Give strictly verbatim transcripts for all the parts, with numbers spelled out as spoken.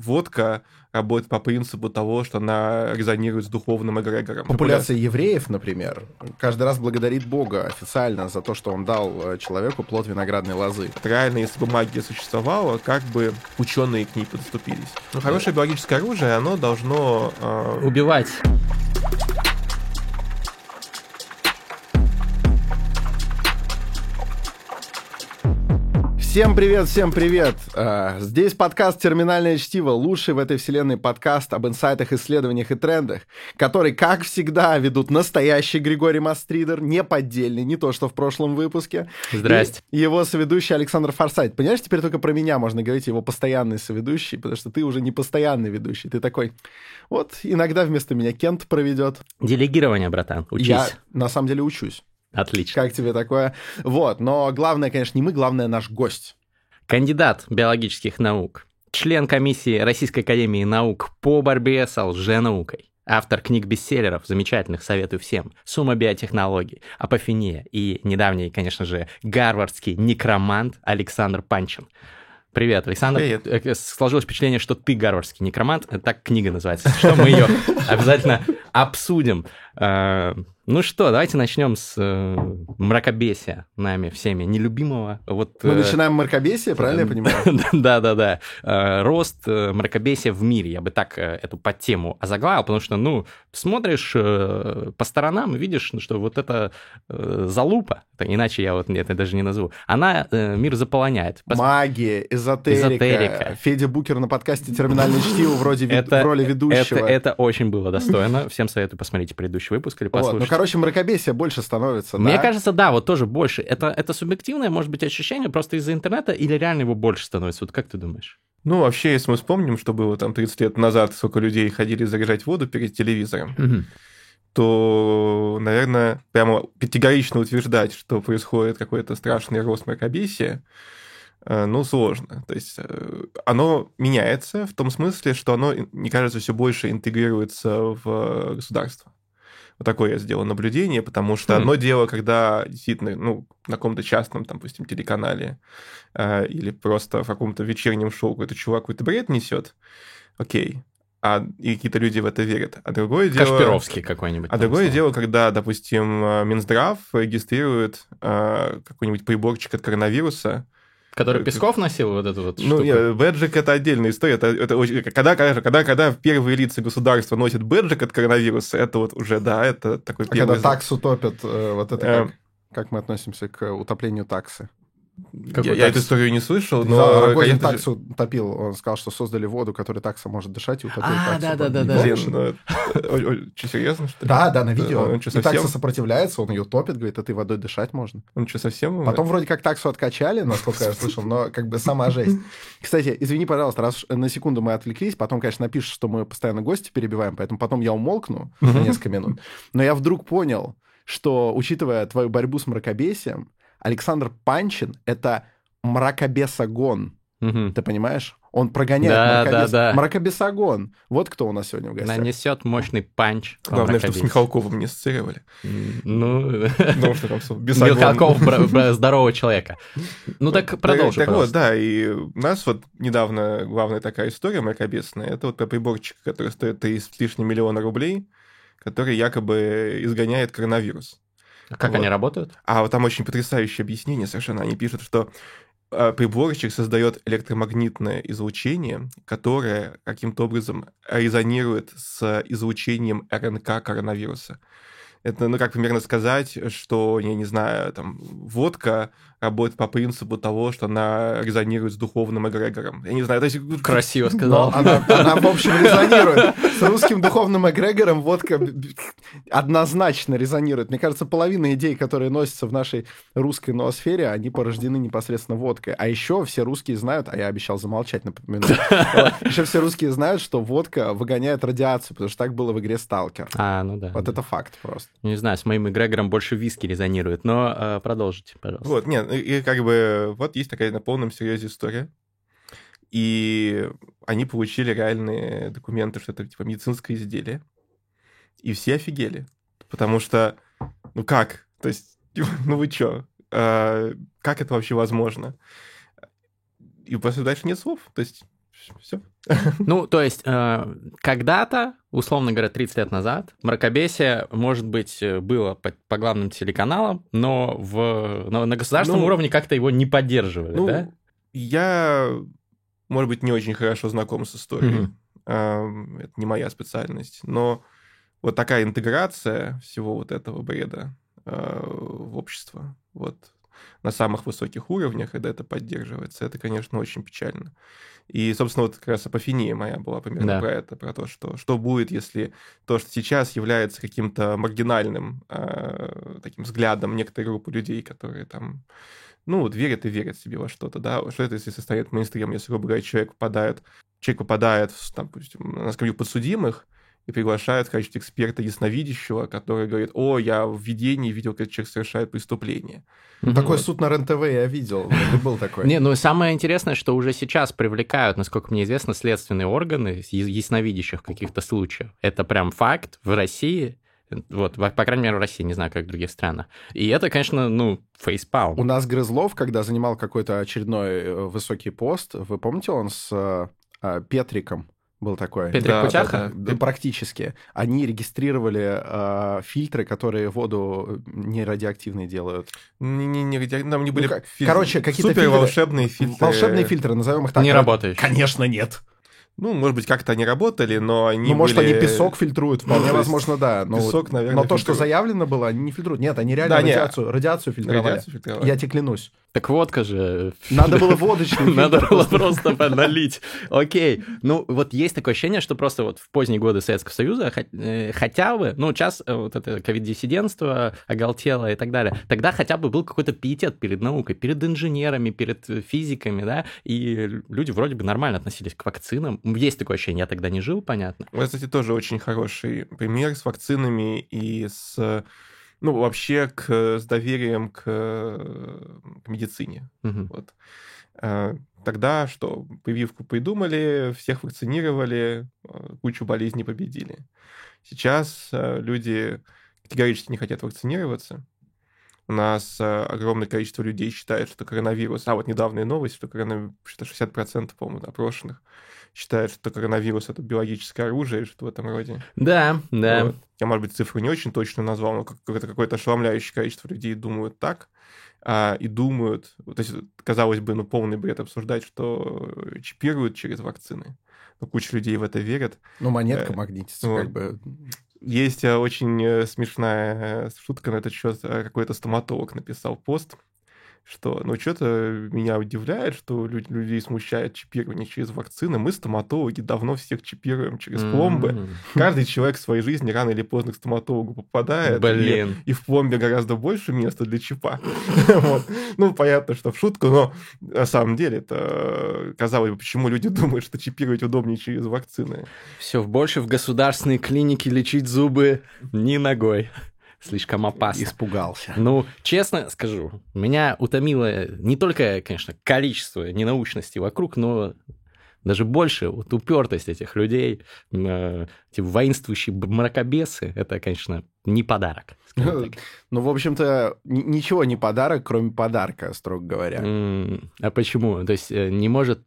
водка работает по принципу того, что она резонирует с духовным эгрегором. Популяция евреев, например, каждый раз благодарит Бога официально за то, что он дал человеку плод виноградной лозы. Реально, если бы магия существовала, как бы ученые к ней подступились. Ну, хорошее биологическое оружие, оно должно... Э... Убивать. Всем привет, всем привет! Здесь подкаст «Терминальное чтиво», лучший в этой вселенной подкаст об инсайтах, исследованиях и трендах, который, как всегда, ведут настоящий Григорий Мастридер, не поддельный, не то, что в прошлом выпуске. Здрасте. И его соведущий Александр Форсайт. Понимаешь, теперь только про меня можно говорить, его постоянный соведущий, потому что ты уже не постоянный ведущий. Ты такой, вот, иногда вместо меня Кент проведет. Делегирование, братан, учись. Я на самом деле учусь. Отлично. Как тебе такое? Вот, но главное, конечно, не мы, главное наш гость. Кандидат биологических наук, член комиссии Российской академии наук по борьбе с лженаукой, автор книг-бестселлеров, замечательных, советую всем, «Сумма биотехнологий», «Апофения» и недавний, конечно же, гарвардский некромант Александр Панчин. Привет, Александр. Привет. Сложилось впечатление, что ты гарвардский некромант. Так книга называется. Что мы ее обязательно обсудим. Ну что, давайте начнем с мракобесия нами всеми нелюбимого. Вот, мы начинаем мракобесие, правильно я понимаю? Да-да-да. Рост мракобесия в мире. Я бы так эту подтему озаглавил, потому что, ну, смотришь по сторонам и видишь, что вот эта залупа, иначе я вот это даже не назову, она мир заполоняет. Магия, эзотерика. эзотерика. Федя Букер на подкасте «Терминальное чтиво» вроде это, в роли ведущего. Это, это очень было достойно. Всем советую посмотреть предыдущий выпуск или послушать. Вот, ну, короче, мракобесия больше становится, Мне да? кажется, да, вот тоже больше. Это, это субъективное, может быть, ощущение просто из-за интернета или реально его больше становится? Вот как ты думаешь? Ну, вообще, если мы вспомним, что было там тридцать лет назад, сколько людей ходили заряжать воду перед телевизором, угу. то, наверное, прямо категорично утверждать, что происходит какой-то страшный рост мракобесия, ну, сложно. То есть оно меняется в том смысле, что оно, мне кажется, все больше интегрируется в государство. Вот такое я сделал наблюдение, потому что одно дело, когда действительно, ну, на каком-то частном, там, допустим, телеканале э, или просто в каком-то вечернем шоу какой-то чувак какой-то бред несет, окей, а и какие-то люди в это верят. А другое дело... Кашпировский какой-нибудь. А другое слово. дело, когда, допустим, Минздрав регистрирует э, какой-нибудь приборчик от коронавируса, который Песков носил, вот эту вот ну, штуку? Ну, бэджик — это отдельная история. Это, это очень... когда, когда, когда первые лица государства носят бэджик от коронавируса, это вот уже, да, это такой а первый... когда таксу топят, вот это как, как мы относимся к утоплению таксы? Я, я эту историю не слышал, но... Да, Рогозин таксу же... топил, он сказал, что создали воду, которой такса может дышать, и утопил а, таксу. Да-да-да. Блин, ну, что, серьезно, что ли? Да, да, на видео. Он что, и совсем... такса сопротивляется, он ее топит, говорит, этой водой дышать можно. Он что, совсем... Потом вроде как таксу откачали, насколько я слышал, но как бы сама жесть. Кстати, извини, пожалуйста, раз на секунду мы отвлеклись, потом, конечно, напишешь, что мы постоянно гости перебиваем, поэтому потом я умолкну на несколько минут. Но я вдруг понял, что, учитывая твою борьбу с мракобесием, Александр Панчин — это мракобесогон. Угу. Ты понимаешь? Он прогоняет да, мракобес... да, да. мракобесогон. Вот кто у нас сегодня в гостях. Нанесет мощный панч. Главное, чтобы с Михалковым не ассоциировали. Ну, потому что там бесогон. Михалков здорового человека. Ну так продолжи, Так вот, да, и у нас вот недавно главная такая история мракобесная, это вот про приборчик, который стоит три с лишним миллиона рублей, который якобы изгоняет коронавирус. Как вот. Они работают? А вот там очень потрясающее объяснение совершенно. Они пишут, что приборчик создает электромагнитное излучение, которое каким-то образом резонирует с излучением РНК коронавируса. Это, ну, как примерно сказать, что, я не знаю, там, водка работает по принципу того, что она резонирует с духовным эгрегором. Я не знаю, то есть... Красиво сказал. Она, она, в общем, резонирует. С русским духовным эгрегором водка однозначно резонирует. Мне кажется, половина идей, которые носятся в нашей русской ноосфере, они порождены непосредственно водкой. А еще все русские знают, а я обещал замолчать, напоминаю, еще все русские знают, что водка выгоняет радиацию, потому что так было в игре «Сталкер». А, ну да. Вот это факт просто. Не знаю, с моим эгрегором больше виски резонирует, но э, продолжите, пожалуйста. Вот, нет, и как бы вот есть такая на полном серьезе история, и они получили реальные документы, что это типа медицинское изделие, и все офигели, потому что, ну как, то есть, ну вы чё, а, как это вообще возможно? И просто дальше нет слов, то есть все. Ну, то есть, э, когда-то, условно говоря, тридцать лет назад, мракобесие, может быть, было по, по главным телеканалам, но в, на, на государственном ну, уровне как-то его не поддерживали, ну, да? Я, может быть, не очень хорошо знаком с историей. Mm-hmm. Это не моя специальность. Но вот такая интеграция всего вот этого бреда в общество, вот, на самых высоких уровнях, когда это поддерживается, это, конечно, очень печально. И, собственно, вот как раз апофения моя была примерно да. про это, про то, что, что будет, если то, что сейчас является каким-то маргинальным э, таким взглядом некоторой группы людей, которые там, ну, вот верят и верят себе во что-то, да, что это, если состоит мейнстрим, если, грубо говоря, человек попадает, человек попадает в, там, на скамью подсудимых, и приглашают в качестве эксперта ясновидящего, который говорит: о, я в видении видел, как человек совершает преступление. Mm-hmm. Такой суд на РЕН-ТВ я видел, был такой. Не, ну самое интересное, что уже сейчас привлекают, насколько мне известно, следственные органы ясновидящих в каких-то случаях. Это прям факт в России. Вот, по крайней мере, в России, не знаю, как в других странах. И это, конечно, ну, фейспалм. У нас Грызлов, когда занимал какой-то очередной высокий пост, вы помните, он с а, Петриком был такой. Петрик да, Путяха? Да, да, практически. Они регистрировали э, фильтры, которые воду нерадиоактивной делают. Не, не, не, там не были ну, фильтры. Короче, какие-то супер фильтры, волшебные фильтры. Волшебные фильтры, назовем их так. Не работающие. Конечно, нет. Ну, может быть, как-то они работали, но они Ну, может, были... они песок фильтруют, вполне ну, возможно, да. Но, песок, наверное, но то, фильтруют. Что заявлено было, они не фильтруют. Нет, они реально да, радиацию, не, радиацию фильтровали. Радиацию фильтровали. Я тебе клянусь. Так водка же... Надо было водочный фильтр. Надо было просто налить. Окей. Ну, вот есть такое ощущение, что просто вот в поздние годы Советского Союза хотя бы, ну, сейчас вот это ковид-диссидентство оголтело и так далее, тогда хотя бы был какой-то пиетет перед наукой, перед инженерами, перед физиками, да, и люди вроде бы нормально относились к вакцинам. Есть такое ощущение, я тогда не жил, понятно. Вот, кстати, тоже очень хороший пример с вакцинами и с... Ну, вообще, к, с доверием к, к медицине. Uh-huh. Вот. Тогда что? Прививку придумали, всех вакцинировали, кучу болезней победили. Сейчас люди категорически не хотят вакцинироваться. У нас огромное количество людей считает, что коронавирус... А вот недавняя новость, что коронавирус, что шестьдесят процентов, по-моему, опрошенных считают, что коронавирус — это биологическое оружие, что в этом роде. Да, да. Вот. Я, может быть, цифру не очень точно назвал, но какое-то, какое-то ошеломляющее количество людей думают так, а, и думают... То есть, казалось бы, ну, полный бред обсуждать, что чипируют через вакцины. Но куча людей в это верят. Ну, монетка магнитится, вот. Как бы... Есть очень смешная шутка на этот счет. Какой-то стоматолог написал пост, что, ну, что-то меня удивляет, что людей смущает чипирование через вакцины. Мы, стоматологи, давно всех чипируем через пломбы. Mm-hmm. Каждый человек в своей жизни рано или поздно к стоматологу попадает. Блин. И, и в пломбе гораздо больше места для чипа. вот. Ну, понятно, что в шутку, но на самом деле это, казалось бы, почему люди думают, что чипировать удобнее через вакцины. Все, больше в государственной клинике лечить зубы ни ногой. Слишком опасно. Испугался. Ну, честно скажу, меня утомило не только, конечно, количество ненаучности вокруг, но даже больше вот упертость этих людей, э, эти воинствующие мракобесы, это, конечно, не подарок. Ну, в общем-то, ничего не подарок, кроме подарка, строго говоря. Mm, а почему? То есть не может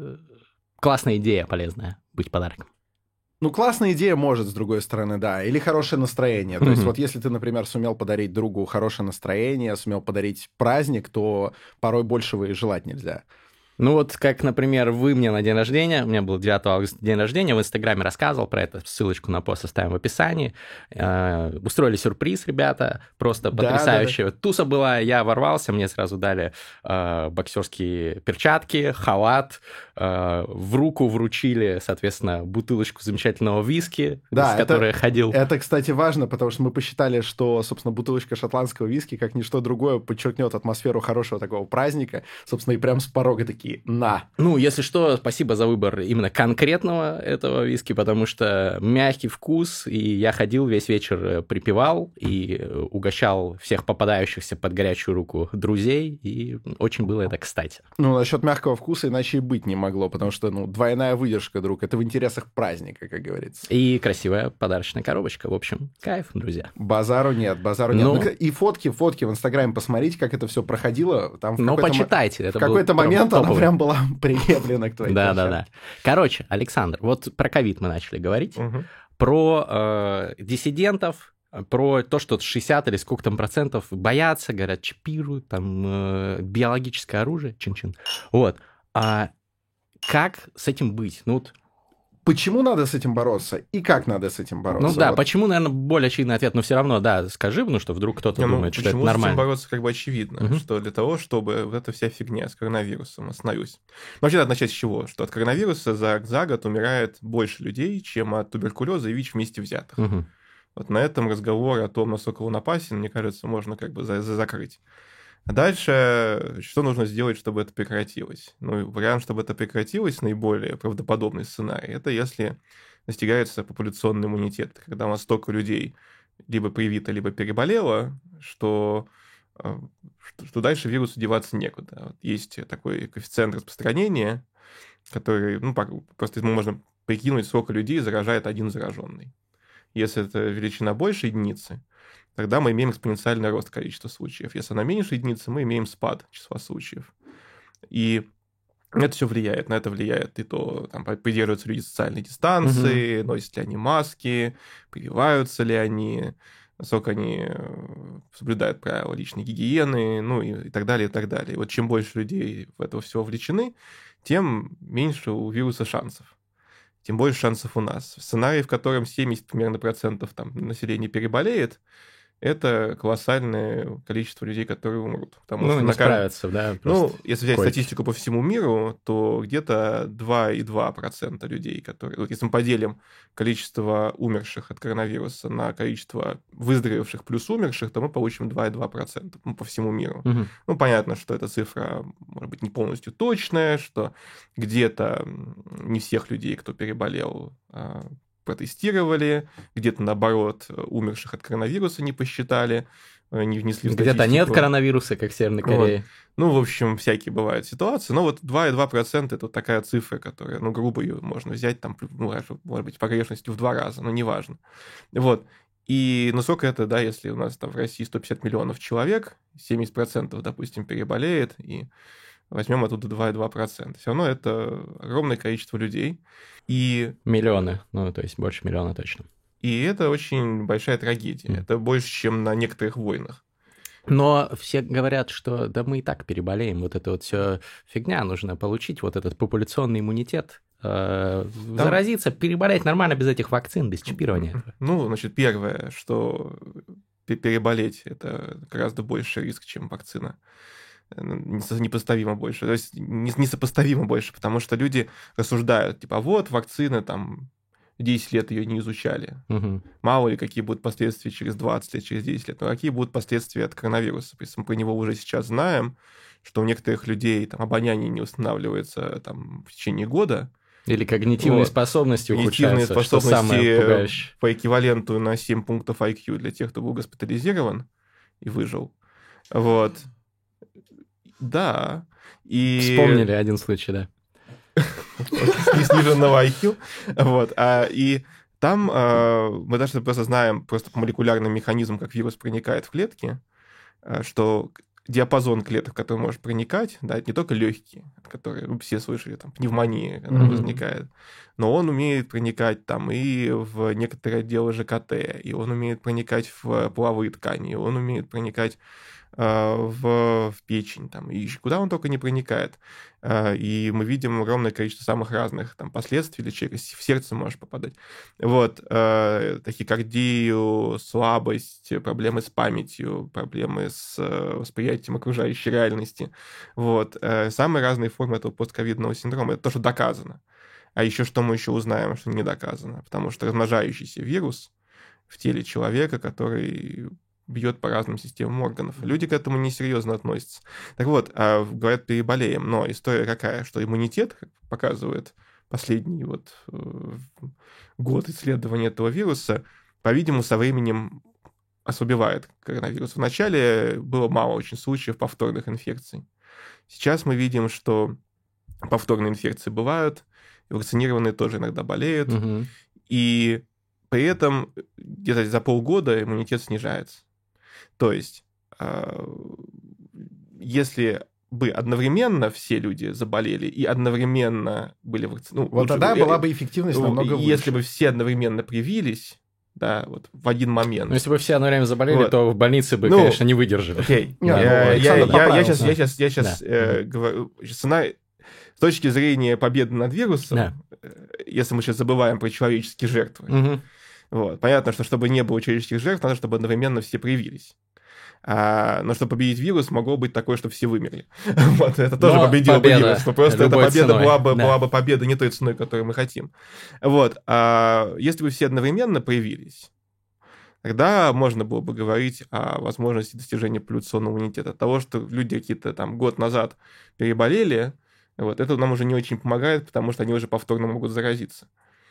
классная идея полезная быть подарком? Ну, классная идея может, с другой стороны, да. Или хорошее настроение. То mm-hmm. есть вот если ты, например, сумел подарить другу хорошее настроение, сумел подарить праздник, то порой большего и желать нельзя. Ну вот, как, например, вы мне на день рождения, у меня был девятого августа день рождения, в Инстаграме рассказывал про это, ссылочку на пост оставим в описании. Э, устроили сюрприз, ребята, просто да, потрясающая. Да, да. Туса была, я ворвался, мне сразу дали э, боксерские перчатки, халат, э, в руку вручили, соответственно, бутылочку замечательного виски, да, с которой это, я ходил. Это, кстати, важно, потому что мы посчитали, что, собственно, бутылочка шотландского виски, как ничто другое, подчеркнет атмосферу хорошего такого праздника, собственно, и прям с порога такие на. Ну, если что, спасибо за выбор именно конкретного этого виски, потому что мягкий вкус, и я ходил весь вечер, припевал и угощал всех попадающихся под горячую руку друзей, и очень было это кстати. Ну, насчет мягкого вкуса иначе и быть не могло, потому что, ну, двойная выдержка, друг, это в интересах праздника, как говорится. И красивая подарочная коробочка, в общем, кайф, друзья. Базару нет, базару нет. Ну, и фотки, фотки в Инстаграме, посмотрите, как это все проходило. Там в ну, почитайте. Мо... В какой-то момент оно Здоровый. прям была приемлена к твоей Да, да, да. Короче, Александр, вот про ковид мы начали говорить, угу. про э, диссидентов, про то, что шестьдесят или сколько там процентов боятся, говорят, чипируют, там, э, биологическое оружие, чин-чин. Вот. А как с этим быть? Ну, вот... Почему надо с этим бороться и как надо с этим бороться? Ну да, вот. Почему, наверное, более очевидный ответ, но все равно, да, скажи, ну что вдруг кто-то Не, думает, ну, что это нормально. Почему с этим бороться, как бы очевидно, угу. что для того, чтобы вот эта вся фигня с коронавирусом остановилась. Но вообще надо начать с чего? Что от коронавируса за, за год умирает больше людей, чем от туберкулеза и ВИЧ вместе взятых. Угу. Вот на этом разговор о том, насколько он опасен, мне кажется, можно как бы за, за закрыть. А дальше, что нужно сделать, чтобы это прекратилось? Ну, вариант, чтобы это прекратилось, наиболее правдоподобный сценарий, это если достигается популяционный иммунитет, когда у нас столько людей либо привито, либо переболело, что, что, что дальше вирусу деваться некуда. Вот есть такой коэффициент распространения, который, ну, просто ему можно прикинуть, сколько людей заражает один зараженный. Если это величина больше единицы, тогда мы имеем экспоненциальный рост количества случаев. Если она меньше единицы, мы имеем спад числа случаев. И это все влияет. На это влияет и то, там, придерживаются люди социальной дистанции, угу. носят ли они маски, прививаются ли они, насколько они соблюдают правила личной гигиены, ну и, и так далее, и так далее. И вот чем больше людей в это все вовлечены, тем меньше у вируса шансов. Тем больше шансов у нас. В сценарии, в котором семьдесят примерно процентов там, населения переболеет, это колоссальное количество людей, которые умрут. Потому ну, что не на... справятся, да. Ну, если взять койки. статистику по всему миру, то где-то два и два десятых процента людей, которые... Вот если мы поделим количество умерших от коронавируса на количество выздоровевших плюс умерших, то мы получим два и два десятых процента ну, по всему миру. Угу. Ну, понятно, что эта цифра, может быть, не полностью точная, что где-то не всех людей, кто переболел, протестировали, где-то, наоборот, умерших от коронавируса не посчитали, не внесли в статистику. Где-то нет коронавируса, как в Северной Корее. Вот. Ну, в общем, всякие бывают ситуации. Но вот два и два десятых процента это вот такая цифра, которая, ну, грубо ее можно взять, там, ну, может быть, погрешностью в два раза, но неважно. Вот. И насколько это, да, если у нас там в России сто пятьдесят миллионов человек, семьдесят процентов, допустим, переболеет, и возьмем оттуда два и два десятых процента. Все равно это огромное количество людей. И... Миллионы, ну, то есть больше миллиона точно. И это очень большая трагедия. Mm. Это больше, чем на некоторых войнах. Но все говорят, что да мы и так переболеем, вот это вот все фигня, нужно получить вот этот популяционный иммунитет, э, Там... заразиться, переболеть нормально без этих вакцин, без чипирования. Ну, значит, первое, что переболеть – это гораздо больше риск, чем вакцина. Непоставимо больше, то есть несопоставимо больше, потому что люди рассуждают, типа, вот, вакцины, там, десять лет ее не изучали, угу. мало ли какие будут последствия через двадцать лет, через десять лет, но какие будут последствия от коронавируса, если мы про него уже сейчас знаем, что у некоторых людей там обоняние не устанавливается там в течение года, или когнитивные вот. способности ухудшаются, когнитивные способности что самое пугающее. По эквиваленту на семь пунктов ай кью для тех, кто был госпитализирован и выжил, вот. Да. И... Вспомнили один случай, да. Сниженного ай кью. Вот. А, и там а, мы даже просто знаем просто по молекулярным механизмам, как вирус проникает в клетки, а, что диапазон клеток, который может проникать, да, это не только легкие, которые ну, все слышали, там, пневмония mm-hmm. возникает, но он умеет проникать там и в некоторые отделы ЖКТ, и он умеет проникать в половые ткани, и он умеет проникать В, в печень, там, и куда он только не проникает. И мы видим огромное количество самых разных там, последствий для человека. В сердце может попадать. Вот. Тахикардию, слабость, проблемы с памятью, проблемы с восприятием окружающей реальности. Вот. Самые разные формы этого постковидного синдрома. Это то, что доказано. А еще что мы еще узнаем, что не доказано. Потому что размножающийся вирус в теле человека, который... бьет по разным системам органов. Люди к этому несерьезно относятся. Так вот, говорят, переболеем, но история какая, что иммунитет, как показывает последний вот год исследования этого вируса, по-видимому, со временем ослабевает коронавирус. Вначале было мало очень случаев повторных инфекций. Сейчас мы видим, что повторные инфекции бывают, и вакцинированные тоже иногда болеют, угу. и при этом где-то за полгода иммунитет снижается. То есть, если бы одновременно все люди заболели и одновременно были вакцинированы. Ну, вот тогда бы, была бы эффективность намного выше. Если бы все одновременно привились, да, вот в один момент. Ну, если бы все одновременно заболели, вот. то в больнице бы, ну, конечно, не выдержали. Окей. Я, я, я, я, я сейчас, я сейчас, я сейчас да. э, говорю, цена, с точки зрения победы над вирусом, да. если мы сейчас забываем про человеческие жертвы, угу. вот, понятно, что чтобы не было человеческих жертв, надо, чтобы одновременно все привились. А, но чтобы победить вирус, могло быть такое, что все вымерли. Вот, это тоже но победил бы вирус. Но просто эта победа была бы, да. была бы победа не той ценой, которую мы хотим. Вот. А если бы все одновременно появились, тогда можно было бы говорить о возможности достижения популяционного иммунитета. От того, что люди какие-то там год назад переболели, вот, это нам уже не очень помогает, потому что они уже повторно могут заразиться.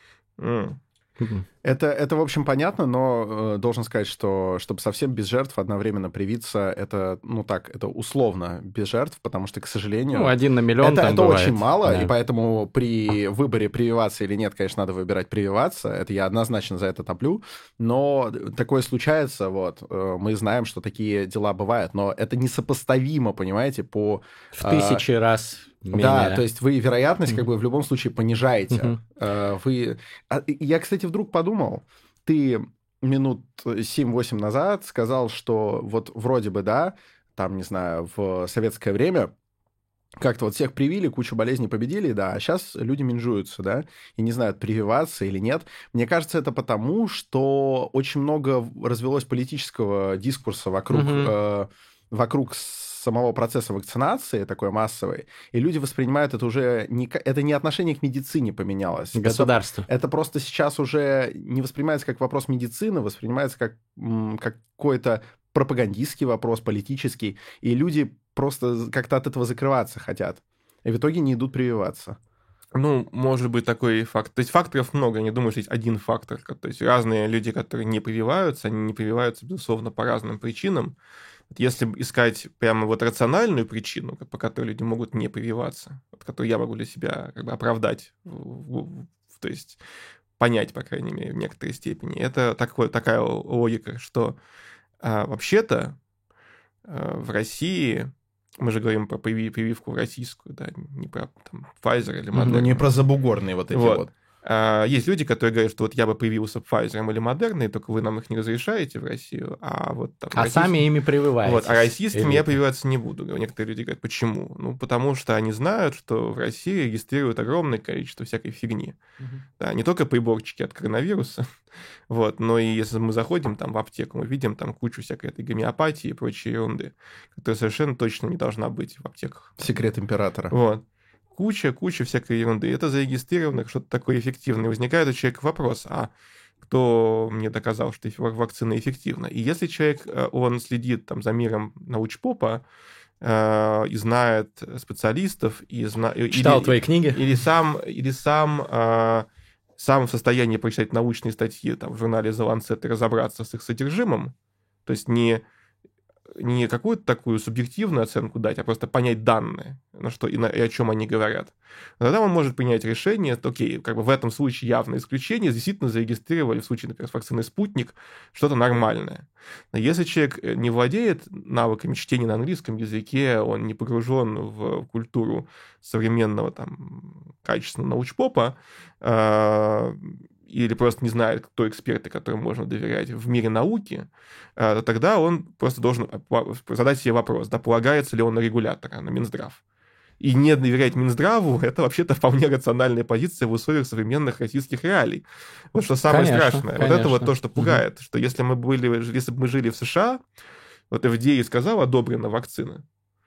М. Это, это, в общем, понятно, но э, должен сказать, что чтобы совсем без жертв одновременно привиться, это, ну так, это условно без жертв, потому что, к сожалению... Ну, один на миллион это, там это бывает. очень мало, да. и поэтому при выборе прививаться или нет, конечно, надо выбирать прививаться, это я однозначно за это топлю, но такое случается, вот, э, мы знаем, что такие дела бывают, но это несопоставимо, понимаете, по... В тысячи э, раз... Менее... Да, то есть вы вероятность mm-hmm. как бы в любом случае понижаете. Mm-hmm. Вы... Я, кстати, вдруг подумал, ты минут семь-восемь назад сказал, что вот вроде бы, да, там, не знаю, в советское время как-то вот всех привили, кучу болезней победили, да, а сейчас люди менжуются, да, и не знают, прививаться или нет. Мне кажется, это потому, что очень много развелось политического дискурса вокруг, mm-hmm. э, вокруг самого процесса вакцинации, такой массовой, и люди воспринимают это уже... Не, это не отношение к медицине поменялось. Государство. Это, это просто сейчас уже не воспринимается как вопрос медицины, воспринимается как, как какой-то пропагандистский вопрос, политический, и люди просто как-то от этого закрываться хотят. И в итоге не идут прививаться. Ну, может быть, такой факт. То есть факторов много, я не думаю, что есть один фактор. То есть разные люди, которые не прививаются, они не прививаются, безусловно, по разным причинам. Если искать прямо вот рациональную причину, по которой люди могут не прививаться, вот, которую я могу для себя как бы оправдать, в, в, то есть понять, по крайней мере, в некоторой степени, это такой, такая логика, что а, вообще-то а, в России, мы же говорим про прививку российскую, да, не про там, Pfizer или Moderna. Ну, не про забугорные вот эти вот. вот. Есть люди, которые говорят, что вот я бы привился Pfizer или Moderna, только вы нам их не разрешаете в Россию, а вот... Там, а российским... сами ими прививаетесь. Вот, а российскими я прививаться не буду. Некоторые люди говорят, почему? Ну, потому что они знают, что в России регистрируют огромное количество всякой фигни. Угу. Да, не только приборчики от коронавируса, вот, но и если мы заходим там в аптеку, мы видим там кучу всякой этой гомеопатии и прочей ерунды, которая совершенно точно не должна быть в аптеках. Секрет императора. Вот. Куча, куча всякой ерунды. Это зарегистрировано, что-то такое эффективное. Возникает у человека вопрос, а кто мне доказал, что вакцина эффективна? И если человек, он следит там за миром научпопа, э, и знает специалистов, и зна... читал или, твои книги, или сам, или сам, э, сам в состоянии прочитать научные статьи там, в журнале The Lancet и разобраться с их содержимым, то есть не не какую-то такую субъективную оценку дать, а просто понять данные, на что и, на, и о чем они говорят. Тогда он может принять решение, что, окей, как бы в этом случае явное исключение, действительно зарегистрировали в случае, например, с вакциной «Спутник» что-то нормальное. Но если человек не владеет навыками чтения на английском языке, он не погружен в культуру современного там, качественного научпопа, э- или просто не знает, кто эксперты, которым можно доверять в мире науки, то тогда он просто должен задать себе вопрос, да, полагается ли он на регулятора, на Минздрав. И не доверять Минздраву — это вообще-то вполне рациональная позиция в условиях современных российских реалий. Вот что самое конечно, страшное. Конечно. Вот это вот то, что пугает, угу. что если мы были, если бы мы жили в США, вот эф ди эй сказал, одобрена вакцина,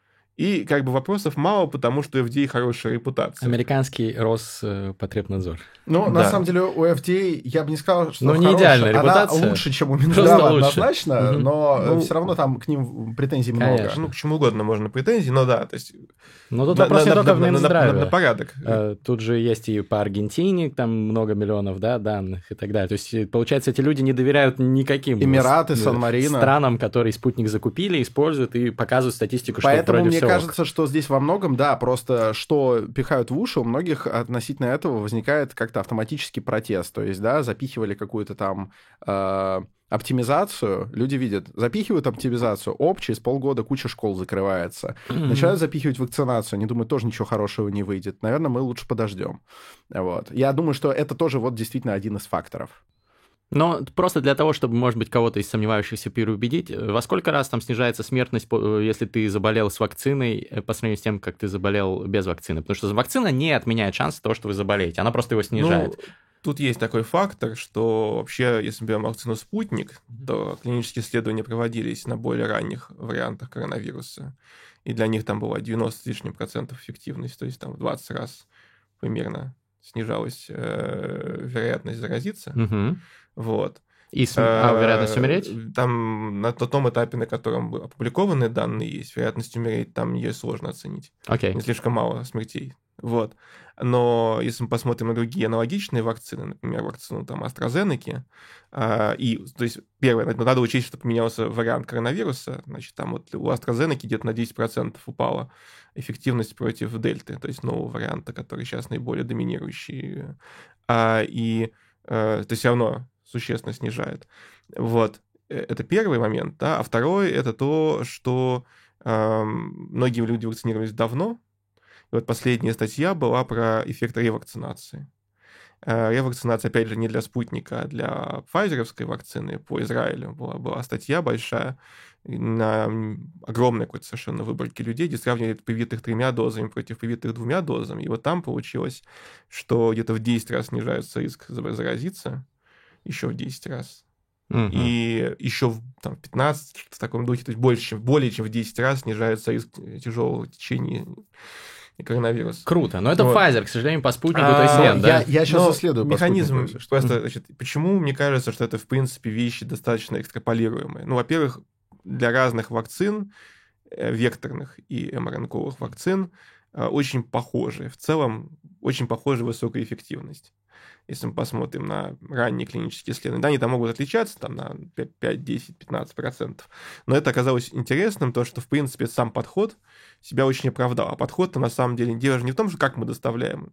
и как бы вопросов мало, потому что у эф ди эй хорошая репутация. Американский Роспотребнадзор. Ну, да. на самом деле, у эф ди эй, я бы не сказал, что ну, не идеальная репутация. Она лучше, чем у Минздрава однозначно, угу. но ну, все равно там к ним претензий много. Конечно. Ну, к чему угодно можно претензий, но да, то есть... Ну, тут вопрос не только в Минздраве. На, на, на порядок. Тут же есть и по Аргентине, там много миллионов, да, данных и так далее. То есть, получается, эти люди не доверяют никаким Эмираты, Сан-Марино. странам, которые спутник закупили, используют и показывают статистику, Поэтому, что вроде мне все кажется, что здесь во многом, да, просто что пихают в уши, у многих относительно этого возникает как-то автоматический протест. То есть, да, запихивали какую-то там э, оптимизацию, люди видят, запихивают оптимизацию, оп, через полгода куча школ закрывается. Mm-hmm. Начинают запихивать вакцинацию, они думают, тоже ничего хорошего не выйдет. Наверное, мы лучше подождем. Вот. Я думаю, что это тоже вот действительно один из факторов. Но просто для того, чтобы, может быть, кого-то из сомневающихся переубедить, во сколько раз там снижается смертность, если ты заболел с вакциной, по сравнению с тем, как ты заболел без вакцины? Потому что вакцина не отменяет шанс того, что вы заболеете, она просто его снижает. Ну, тут есть такой фактор, что вообще, если мы берем вакцину «Спутник», то клинические исследования проводились на более ранних вариантах коронавируса, и для них там было девяносто с лишним процентов эффективность, то есть там в двадцать раз примерно снижалась э, вероятность заразиться. Угу. Вот. И см... а вероятность умереть? Там на том этапе, на котором опубликованы данные есть, вероятность умереть, там ее сложно оценить. Okay. Не слишком мало смертей. Вот. Но если мы посмотрим на другие аналогичные вакцины, например, вакцину там AstraZeneca, э, и, то есть, первое, надо учесть, что поменялся вариант коронавируса, значит, там вот у AstraZeneca где-то на десять процентов упала эффективность против дельты, то есть нового варианта, который сейчас наиболее доминирующий. А, и э, это все равно существенно снижает. Вот. Это первый момент, да. А второй — это то, что э, многие люди вакцинировались давно. И вот последняя статья была про эффект ревакцинации. Э, ревакцинация, опять же, не для спутника, а для пфайзеровской вакцины по Израилю. Была, была статья большая на огромной какой-то совершенно выборке людей, где сравнивали привитых тремя дозами против привитых двумя дозами. И вот там получилось, что где-то в десять раз снижается риск заразиться, еще в десять раз. Uh-huh. И еще в там, пятнадцать, в таком духе, то есть больше, чем, более чем в десять раз снижается риск тяжелого течения и коронавируса. Круто, но это вот. Pfizer, к сожалению, по спутнику, а, то есть нет, да? Я, я сейчас но исследую механизм, по просто, значит, почему мне кажется, что это, в принципе, вещи достаточно экстраполируемые. Ну, во-первых, для разных вакцин, векторных и эм эр эн ка-овых вакцин, очень похожи. В целом, очень похожа высокая эффективность. Если мы посмотрим на ранние клинические исследования. Да, они там могут отличаться там, на пять, десять, пятнадцать процентов. Но это оказалось интересным, то, что, в принципе, сам подход себя очень оправдал. А подход-то, на самом деле, дело же не в том, как мы доставляем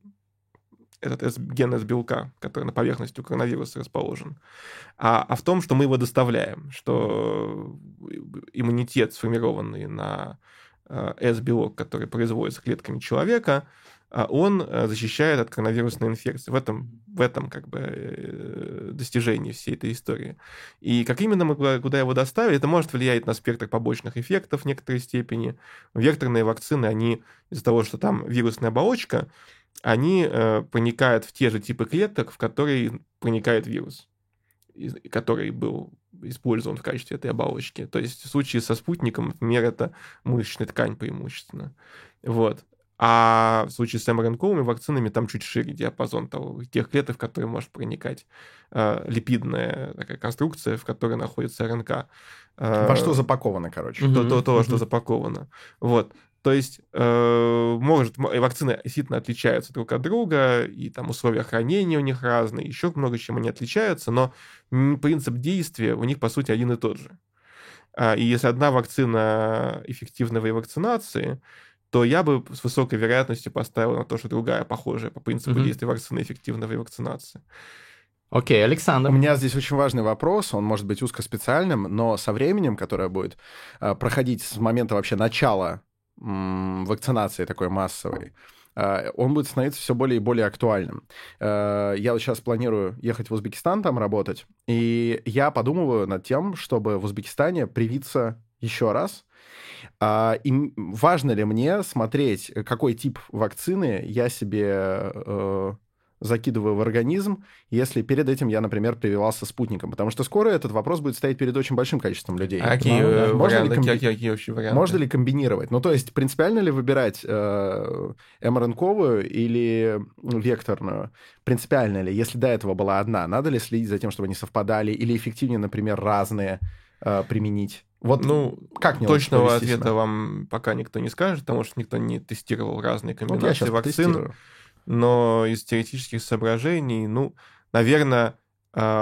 этот ген из белка, который на поверхности у коронавируса расположен, а, а в том, что мы его доставляем, что иммунитет, сформированный на S-белок, который производится клетками человека, он защищает от коронавирусной инфекции. В этом, в этом как бы достижении всей этой истории. И как именно мы куда его доставили, это может влиять на спектр побочных эффектов в некоторой степени. Векторные вакцины, они из-за того, что там вирусная оболочка, они проникают в те же типы клеток, в которые проникает вирус, который был использован в качестве этой оболочки. То есть в случае со спутником, например, это мышечная ткань преимущественно. Вот. А в случае с эм эр эн ка-овыми вакцинами там чуть шире диапазон того, тех клеток, в которые может проникать э, липидная такая конструкция, в которой находится эр эн ка. Э, Во что запаковано, короче. То, то, то, что запаковано. Вот. То есть, э, может, вакцины действительно отличаются друг от друга, и там условия хранения у них разные, еще много чем они отличаются, но принцип действия у них, по сути, один и тот же. И если одна вакцина эффективна в ревакцинации, то я бы с высокой вероятностью поставил на то, что другая похожая по принципу mm-hmm. действия вакцины эффективна в вакцинации. Окей, okay, Александр. У меня здесь очень важный вопрос, он может быть узкоспециальным, но со временем, которое будет э, проходить с момента вообще начала м- вакцинации такой массовой, э, он будет становиться все более и более актуальным. Э, я вот сейчас планирую ехать в Узбекистан, там работать, и я подумываю над тем, чтобы в Узбекистане привиться еще раз. Uh, и важно ли мне смотреть, какой тип вакцины я себе uh, закидываю в организм, если перед этим я, например, прививался спутником? Потому что скоро этот вопрос будет стоять перед очень большим количеством людей. А какие, ну, да? можно, варианты, ли комби... какие, какие вообще варианты? можно ли комбинировать? Ну, то есть, принципиально ли выбирать uh, эм эр эн ка-овую или векторную? Принципиально ли? Если до этого была одна, надо ли следить за тем, чтобы они совпадали? Или эффективнее, например, разные uh, применить? Вот ну, как мне точного ответа себя? Вам пока никто не скажет, потому что никто не тестировал разные комбинации вот вакцин. Тестирую. Но из теоретических соображений, ну, наверное,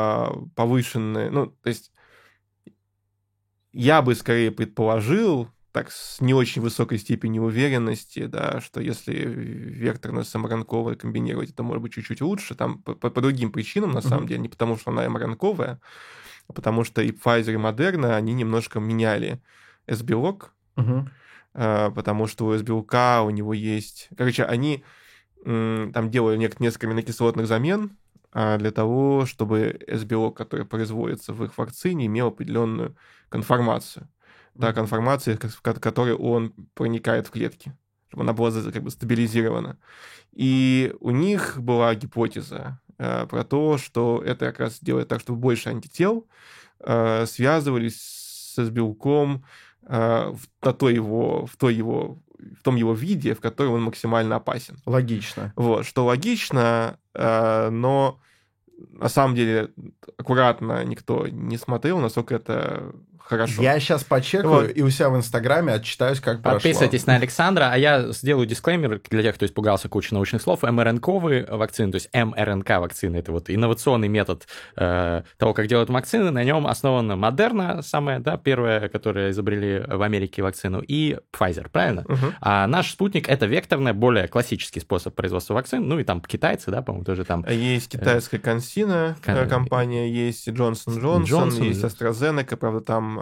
повышенные... Ну, то есть я бы скорее предположил, так с не очень высокой степенью уверенности, да, что если векторно с мРНКовой комбинировать, это может быть чуть-чуть лучше, там по, по другим причинам, на самом mm-hmm. деле, не потому что она мРНКовая, а потому что и Pfizer, и Moderna, они немножко меняли S-белок, mm-hmm. а, потому что у S-белка у него есть... Короче, они м, там делали несколько аминокислотных замен а, для того, чтобы S-белок, который производится в их вакцине, имел определенную конформацию. Та конформация, в которой он проникает в клетки, чтобы она была как бы стабилизирована. И у них была гипотеза э, про то, что это как раз делает так, чтобы больше антител э, связывались с белком э, в, на той его, в, той его, в том его виде, в котором он максимально опасен. Логично. Вот, что логично, э, но на самом деле аккуратно никто не смотрел, насколько это хорошо. Я сейчас почекаю вот. И у себя в Инстаграме отчитаюсь, как прошло. Подписывайтесь на Александра, а я сделаю дисклеймер для тех, кто испугался кучи научных слов. МРНКовые вакцины, то есть МРНК-вакцины, это вот инновационный метод э, того, как делают вакцины. На нем основана Модерна, самая, да, первая, которая изобрели в Америке вакцину, и Pfizer, правильно? Угу. А наш спутник — это векторный, более классический способ производства вакцин. Ну и там китайцы, да, по-моему, тоже там... Есть китайская Консина Кон... компания, есть Джонсон Джонсон, есть AstraZeneca, правда, там...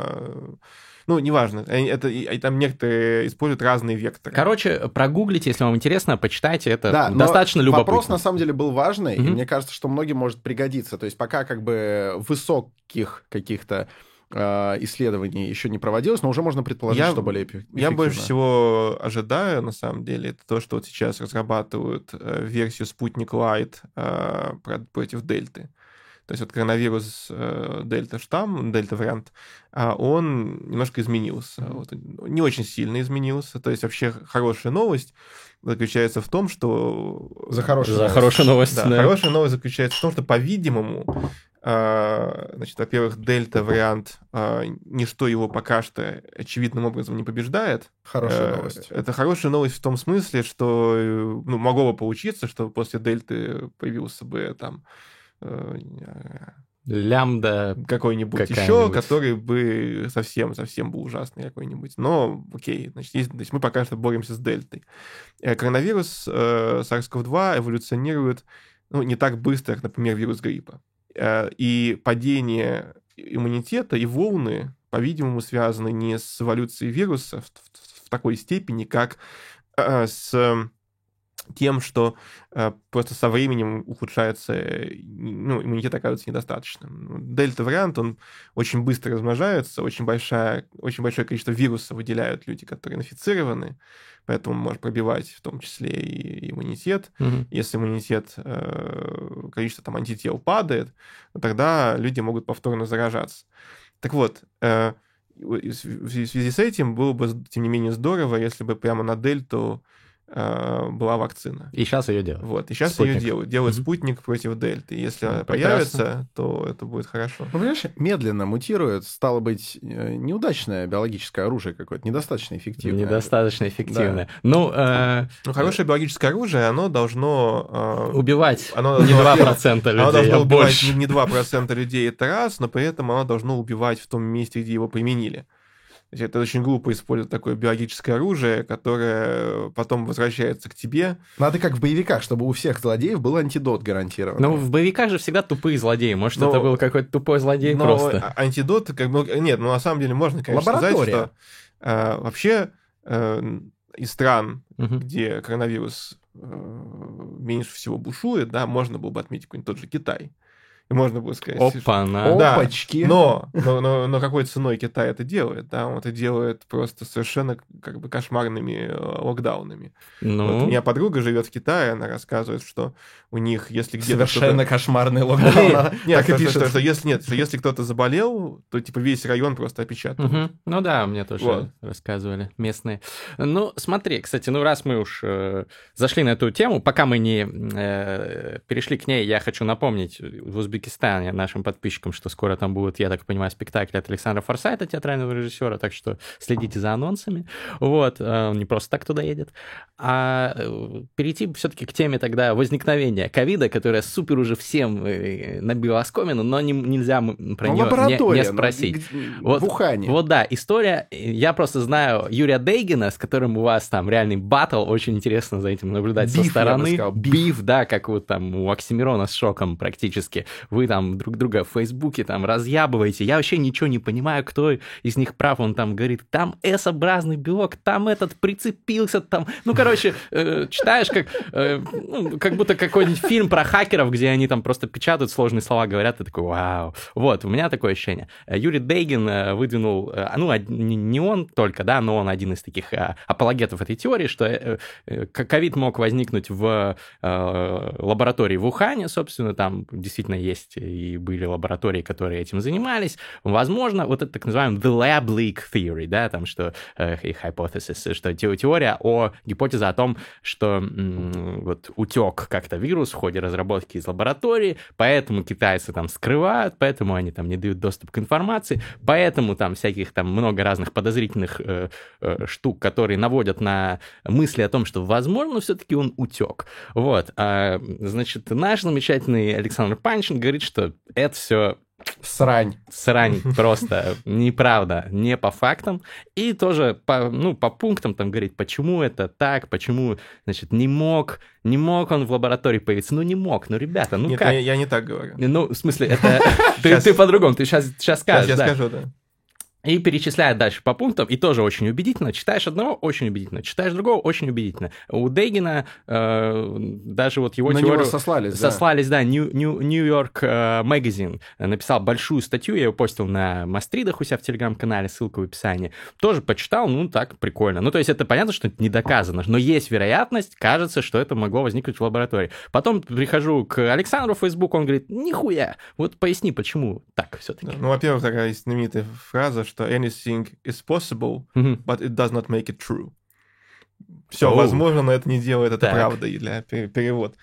Ну, неважно, это, там некоторые используют разные векторы. Короче, прогуглите, если вам интересно, почитайте, это да, достаточно любопытно. Вопрос, на самом деле, был важный, mm-hmm. и мне кажется, что многим может пригодиться. То есть пока как бы высоких каких-то э, исследований еще не проводилось, но уже можно предположить, я, что более эффективно. Я больше всего ожидаю, на самом деле, это то, что вот сейчас разрабатывают э, версию Спутник Лайт э, против Дельты. То есть вот коронавирус э, дельта-штамм, дельта-вариант, а он немножко изменился. Вот, не очень сильно изменился. То есть вообще хорошая новость заключается в том, что... За хорошую За новость. Хорошая новость, да, да. Хорошая новость заключается в том, что, по-видимому, э, значит, во-первых, дельта-вариант, э, ничто его пока что очевидным образом не побеждает. Хорошая э, новость. Это хорошая новость в том смысле, что ну, могло бы получиться, что после дельты появился бы там лямбда какой-нибудь еще, который бы совсем-совсем был ужасный какой-нибудь. Но, окей, значит, есть, значит, мы пока что боремся с дельтой. Коронавирус э, сарс ков два эволюционирует ну, не так быстро, как, например, вирус гриппа. Э, и падение иммунитета и волны, по-видимому, связаны не с эволюцией вируса в, в, в такой степени, как э, с... тем, что э, просто со временем ухудшается, ну, иммунитет оказывается недостаточным. Дельта-вариант, он очень быстро размножается, очень, большая, очень большое количество вирусов выделяют люди, которые инфицированы, поэтому он может пробивать в том числе и иммунитет. Mm-hmm. Если иммунитет, э, количество там антител падает, тогда люди могут повторно заражаться. Так вот, э, в связи с этим было бы, тем не менее, здорово, если бы прямо на дельту была вакцина. И сейчас ее делают. Вот, и сейчас спутник. ее делают. Делают mm-hmm. спутник против дельты. Если она появится, то это будет хорошо. Ну, понимаешь, медленно мутирует, стало быть, неудачное биологическое оружие какое-то, недостаточно эффективное. Недостаточно эффективное. Да. Ну, э... ну, хорошее биологическое оружие, оно должно... Э... Убивать оно не два процента людей, оно должно а убивать больше. Не два процента людей, это раз, но при этом оно должно убивать в том месте, где его применили. Это очень глупо использовать такое биологическое оружие, которое потом возвращается к тебе. Надо как в боевиках, чтобы у всех злодеев был антидот гарантирован. Ну, в боевиках же всегда тупые злодеи. Может, но, это был какой-то тупой злодей но просто. Антидот, как бы... Нет, ну, на самом деле, можно, конечно, сказать, что э, вообще э, из стран, угу. где коронавирус э, меньше всего бушует, да, можно было бы отметить какой-нибудь тот же Китай. И можно было сказать... Опа-на! Да, опачки! Но, но, но, но какой ценой Китай это делает? Да? Он это делает просто совершенно как бы кошмарными локдаунами. Ну... Вот у меня подруга живет в Китае, она рассказывает, что у них, если где-то... Совершенно кошмарный локдаун. Нет, так и пишет, что если нет, что если кто-то заболел, то типа весь район просто опечатывают. Ну да, мне тоже рассказывали местные. Ну, смотри, кстати, ну раз мы уж зашли на эту тему, пока мы не перешли к ней, я хочу напомнить, в Узбекистане Узбекистане нашим подписчикам, что скоро там будет, я так понимаю, спектакль от Александра Форсайта, театрального режиссера, так что следите за анонсами. Вот, он не просто так туда едет. А перейти все-таки к теме тогда возникновения ковида, которая супер уже всем набила оскомину, но не, нельзя про ну, нее не, не спросить. Ну, вот, в Ухане. Вот да, история. Я просто знаю Юрия Дейгина, с которым у вас там реальный баттл, очень интересно за этим наблюдать биф, со стороны. Сказал, биф. биф, да, как вот там у Оксимирона с Шоком практически. Вы там друг друга в Фейсбуке там разъябываете. Я вообще ничего не понимаю, кто из них прав. Он там говорит, там S-образный белок, там этот прицепился, там... Ну, короче, э, читаешь, как, э, ну, как будто какой-нибудь фильм про хакеров, где они там просто печатают сложные слова, говорят, ты такой, вау. Вот, у меня такое ощущение. Юрий Дейгин выдвинул, ну, не он только, да, но он один из таких апологетов этой теории, что ковид мог возникнуть в лаборатории в Ухане, собственно, там действительно есть и были лаборатории, которые этим занимались. Возможно, вот это так называемый the lab leak theory, да, там, что hypothesis, что теория о, гипотеза о том, что м, вот утек как-то вирус в ходе разработки из лаборатории, поэтому китайцы там скрывают, поэтому они там не дают доступ к информации, поэтому там всяких там много разных подозрительных э, э, штук, которые наводят на мысли о том, что, возможно, все-таки он утек. Вот. А, значит, наш замечательный Александр Панчин говорит, что это все Срань. Срань просто, неправда, не по фактам. И тоже по, ну, по пунктам там говорить, почему это так, почему, значит, не мог, не мог он в лаборатории появиться. Ну, не мог, ну, ребята, ну Нет, как? Я, я не так говорю. Ну, в смысле, это... Ты по-другому, ты сейчас скажешь. Сейчас я скажу, да. И перечисляет дальше по пунктам, и тоже очень убедительно. Читаешь одного, очень убедительно. Читаешь другого, очень убедительно. У Дейгина э, даже вот его На теорию... него сослались, Сослались, да. да New, New, New York Magazine написал большую статью, я ее постил на Мастридах у себя в Телеграм-канале, ссылка в описании. Тоже почитал, ну, так, прикольно. Ну, то есть это понятно, что это не доказано, но есть вероятность, кажется, что это могло возникнуть в лаборатории. Потом прихожу к Александру в Facebook, он говорит, нихуя, вот поясни, почему так все-таки. Ну, во-первых, такая знаменитая фраза, что anything is possible, mm-hmm. but it does not make it true. Все oh. возможно, но это не делает это так. правдой для перевод.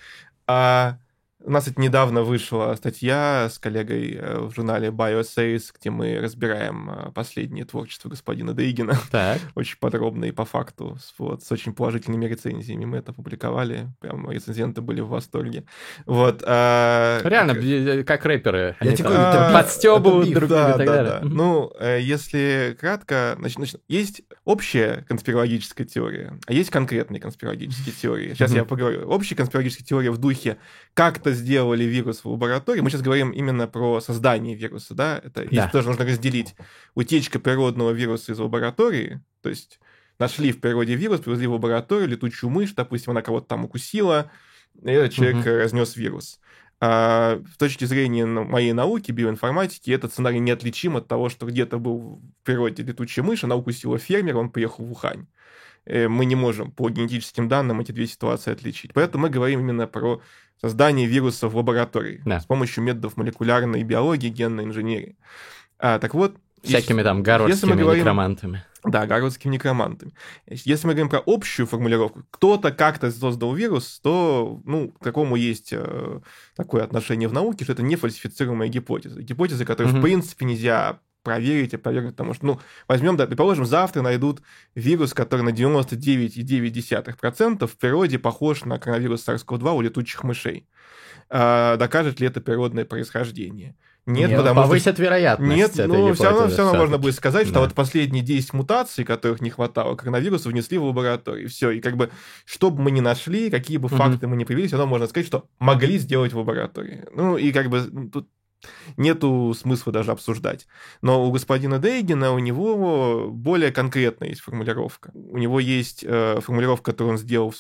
А у нас это недавно вышла статья с коллегой в журнале BioEssays, где мы разбираем последнее творчество господина Дейгина. Так. Очень подробно и по факту, вот, с очень положительными рецензиями. Мы это публиковали, прям рецензенты были в восторге. Вот, а... Реально, как, как рэперы. Я они тебе там говорю, подстёбывают друг друга и так да, далее. Да. Ну, если кратко, значит, есть общая конспирологическая теория, а есть конкретные конспирологические теории. Сейчас mm-hmm. я поговорю. Общая конспирологическая теория в духе как-то сделали вирус в лаборатории. Мы сейчас говорим именно про создание вируса, да? Это да. И тоже нужно разделить утечка природного вируса из лаборатории, то есть нашли в природе вирус, привезли в лабораторию летучую мышь, допустим, она кого-то там укусила, и этот человек угу. разнес вирус. А с точки зрения моей науки, биоинформатики, этот сценарий неотличим от того, что где-то был в природе летучая мышь, она укусила фермера, он приехал в Ухань. Мы не можем по генетическим данным эти две ситуации отличить. Поэтому мы говорим именно про создание вирусов в лаборатории да. с помощью методов молекулярной биологии, генной инженерии. А, так вот... Всякими если, там гарвардскими говорим, некромантами. Да, гарвардскими некромантами. Если мы говорим про общую формулировку, кто-то как-то создал вирус, то, ну, к какому есть э, такое отношение в науке, что это не фальсифицируемая гипотеза. Гипотеза, которую, mm-hmm. в принципе, нельзя... проверить, опровергнуть, потому что, ну, возьмем, да, предположим, завтра найдут вирус, который на девяносто девять целых девять десятых процента в природе похож на коронавирус SARS-си о ви два у летучих мышей. А, докажет ли это природное происхождение? Нет, Нет, потому повысит что... вероятность. Нет, ну, все равно, все равно можно будет сказать, да. что вот последние десять мутаций, которых не хватало, коронавируса внесли в лабораторию. Все, и как бы, что бы мы ни нашли, какие бы факты mm-hmm. мы ни привели, все равно можно сказать, что могли сделать в лаборатории. Ну, и как бы тут нету смысла даже обсуждать. Но у господина Дейгина, у него более конкретная есть формулировка. У него есть э, формулировка, которую он сделал в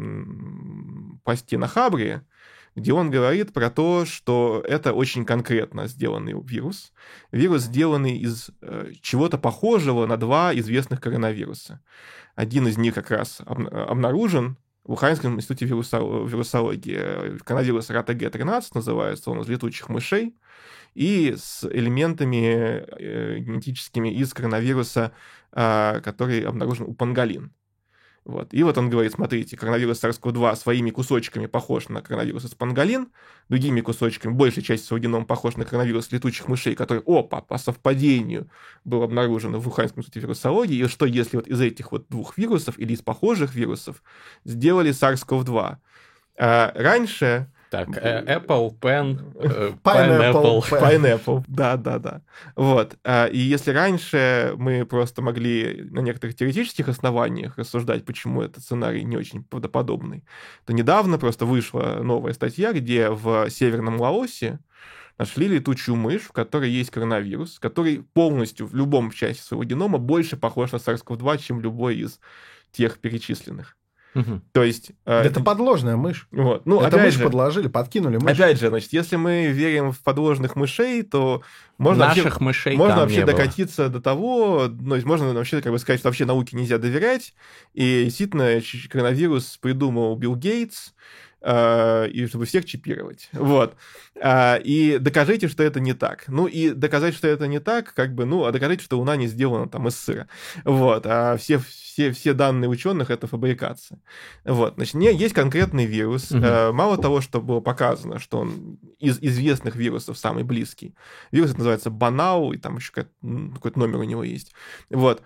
своем посте на Хабре, где он говорит про то, что это очень конкретно сделанный вирус. Вирус, сделанный из э, чего-то похожего на два известных коронавируса. Один из них как раз об, обнаружен в Уханьском институте вирусологии. Коронавирус эр а тэ гэ тринадцать называется, он из летучих мышей, и с элементами э, генетическими из коронавируса, э, который обнаружен у панголин. Вот. И вот он говорит, смотрите, коронавирус SARS-си о ви два своими кусочками похож на коронавирус из панголин, другими кусочками, большей частью своего генома похож на коронавирус летучих мышей, который, опа, по совпадению был обнаружен в Уханьском институте вирусологии, и что если вот из этих вот двух вирусов или из похожих вирусов сделали SARS-си о ви два. А раньше... Так, Apple, Pen, Pineapple. Pineapple, да-да-да. Вот. И если раньше мы просто могли на некоторых теоретических основаниях рассуждать, почему этот сценарий не очень правдоподобный, то недавно просто вышла новая статья, где в Северном Лаосе нашли летучую мышь, в которой есть коронавирус, который полностью в любом части своего генома больше похож на SARS-си о ви два, чем любой из тех перечисленных. Угу. То есть... Это, это подложная мышь. Вот. Ну, это мышь же, подложили, подкинули мышь. Опять же, значит, если мы верим в подложных мышей, то можно Наших вообще, мышей можно там вообще не докатиться было. До того, ну, можно вообще как бы сказать, что вообще науке нельзя доверять. И действительно, коронавирус придумал Билл Гейтс, и чтобы всех чипировать. Вот. И докажите, что это не так. Ну, и доказать, что это не так, как бы, ну, а докажите, что Луна не сделана там из сыра. Вот. А все, все, все данные ученых — это фабрикация. Вот. Значит, есть конкретный вирус. Mm-hmm. Мало того, что было показано, что он из известных вирусов самый близкий. Вирус это называется Банау, и там еще какой-то номер у него есть. Вот.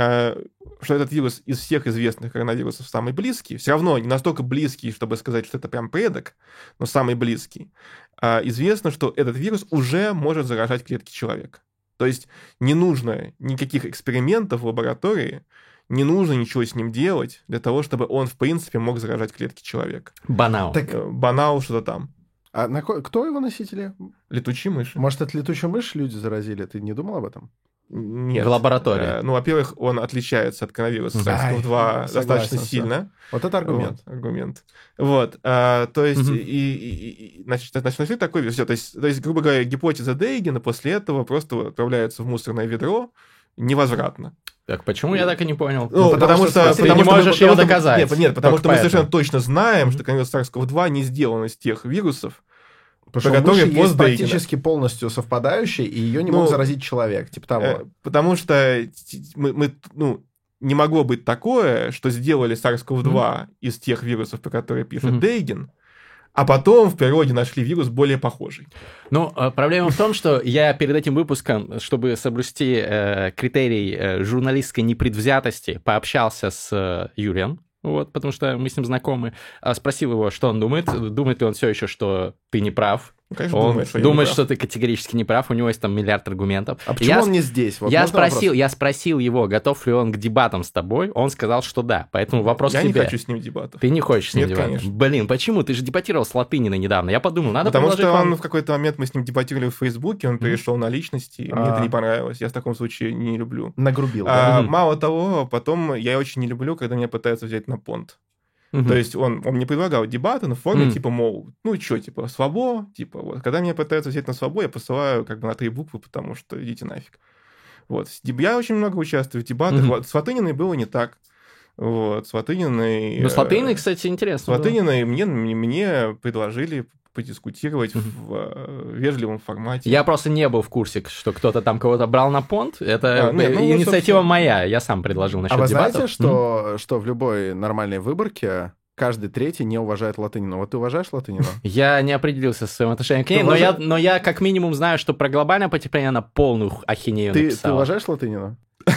Что этот вирус из всех известных коронавирусов самый близкий, все равно не настолько близкий, чтобы сказать, что это прям предок, но самый близкий. Известно, что этот вирус уже может заражать клетки человека. То есть не нужно никаких экспериментов в лаборатории, не нужно ничего с ним делать для того, чтобы он, в принципе, мог заражать клетки человека. Банау. Так... Банау что-то там. А на... кто его носители? Летучие мыши. Может, это летучую мышь люди заразили? Ты не думал об этом? Нет. В лаборатории. Ну, во-первых, он отличается от коронавируса SARS-си о ви два достаточно согласен, сильно. Вот это аргумент. Вот, аргумент. Вот. А, то есть, угу. и, и, и, значит, значит, нашли такой вирус. То есть, то есть, грубо говоря, гипотеза Дейгена после этого просто отправляется в мусорное ведро невозвратно. Так почему я так и не понял? Ну, ну, потому, потому что, что ты потому, не можешь что, ее потому, доказать. Нет, нет потому что мы поэтому. совершенно точно знаем, что коронавирус SARS-си о ви два не сделан из тех вирусов, потому что мыши есть практически полностью совпадающие, и ее не ну, мог заразить человек, типа того. Э, потому что мы, мы, ну, не могло быть такое, что сделали SARS-си о ви два mm-hmm. из тех вирусов, про которые пишет mm-hmm. Дейген, а потом в природе нашли вирус более похожий. Ну, проблема в том, что я перед этим выпуском, чтобы соблюсти э, критерий э, журналистской непредвзятости, пообщался с э, Юрием. Вот, потому что мы с ним знакомы. Спросил его, что он думает. Думает ли он все еще, что ты не прав? Конечно, он думает, что, думает, не что ты категорически не прав. У него есть там миллиард аргументов. А почему я, он не здесь? Вот я, спросил, я спросил его, готов ли он к дебатам с тобой. Он сказал, что да. Поэтому вопрос я тебе. Я не хочу с ним дебатов. Ты не хочешь с ним Нет, дебатов? Конечно. Блин, почему? Ты же дебатировал с Латыниной недавно. Я подумал, надо Потому что вам... он в какой-то момент, мы с ним дебатировали в Фейсбуке, он перешел mm-hmm. на личности, и мне это не понравилось. Я в таком случае не люблю. Нагрубил, а, да? Мало того, потом я очень не люблю, когда меня пытаются взять на понт. Uh-huh. То есть он, он мне предлагал дебаты на форме, uh-huh. типа, мол, ну что, типа, свобо, типа, вот. Когда меня пытаются взять на свобо, я посылаю как бы на три буквы, потому что идите нафиг. Вот. Я очень много участвую в дебатах. Uh-huh. С Латыниной было не так. Вот. С Латыниной... Ну, с Латыниной, кстати, интересно. С Латыниной мне, мне предложили подискутировать mm-hmm. в э, вежливом формате. Я просто не был в курсе, что кто-то там кого-то брал на понт. Это а, нет, ну, инициатива собственно... моя. Я сам предложил насчет дебатов. А вы дебатов. знаете, что, mm-hmm. что в любой нормальной выборке каждый третий не уважает Латынину? Вот ты уважаешь Латынину? Я не определился со своим отношением к ней, но я, но я как минимум знаю, что про глобальное потепление она полную ахинею написала. Ты уважаешь Латынину?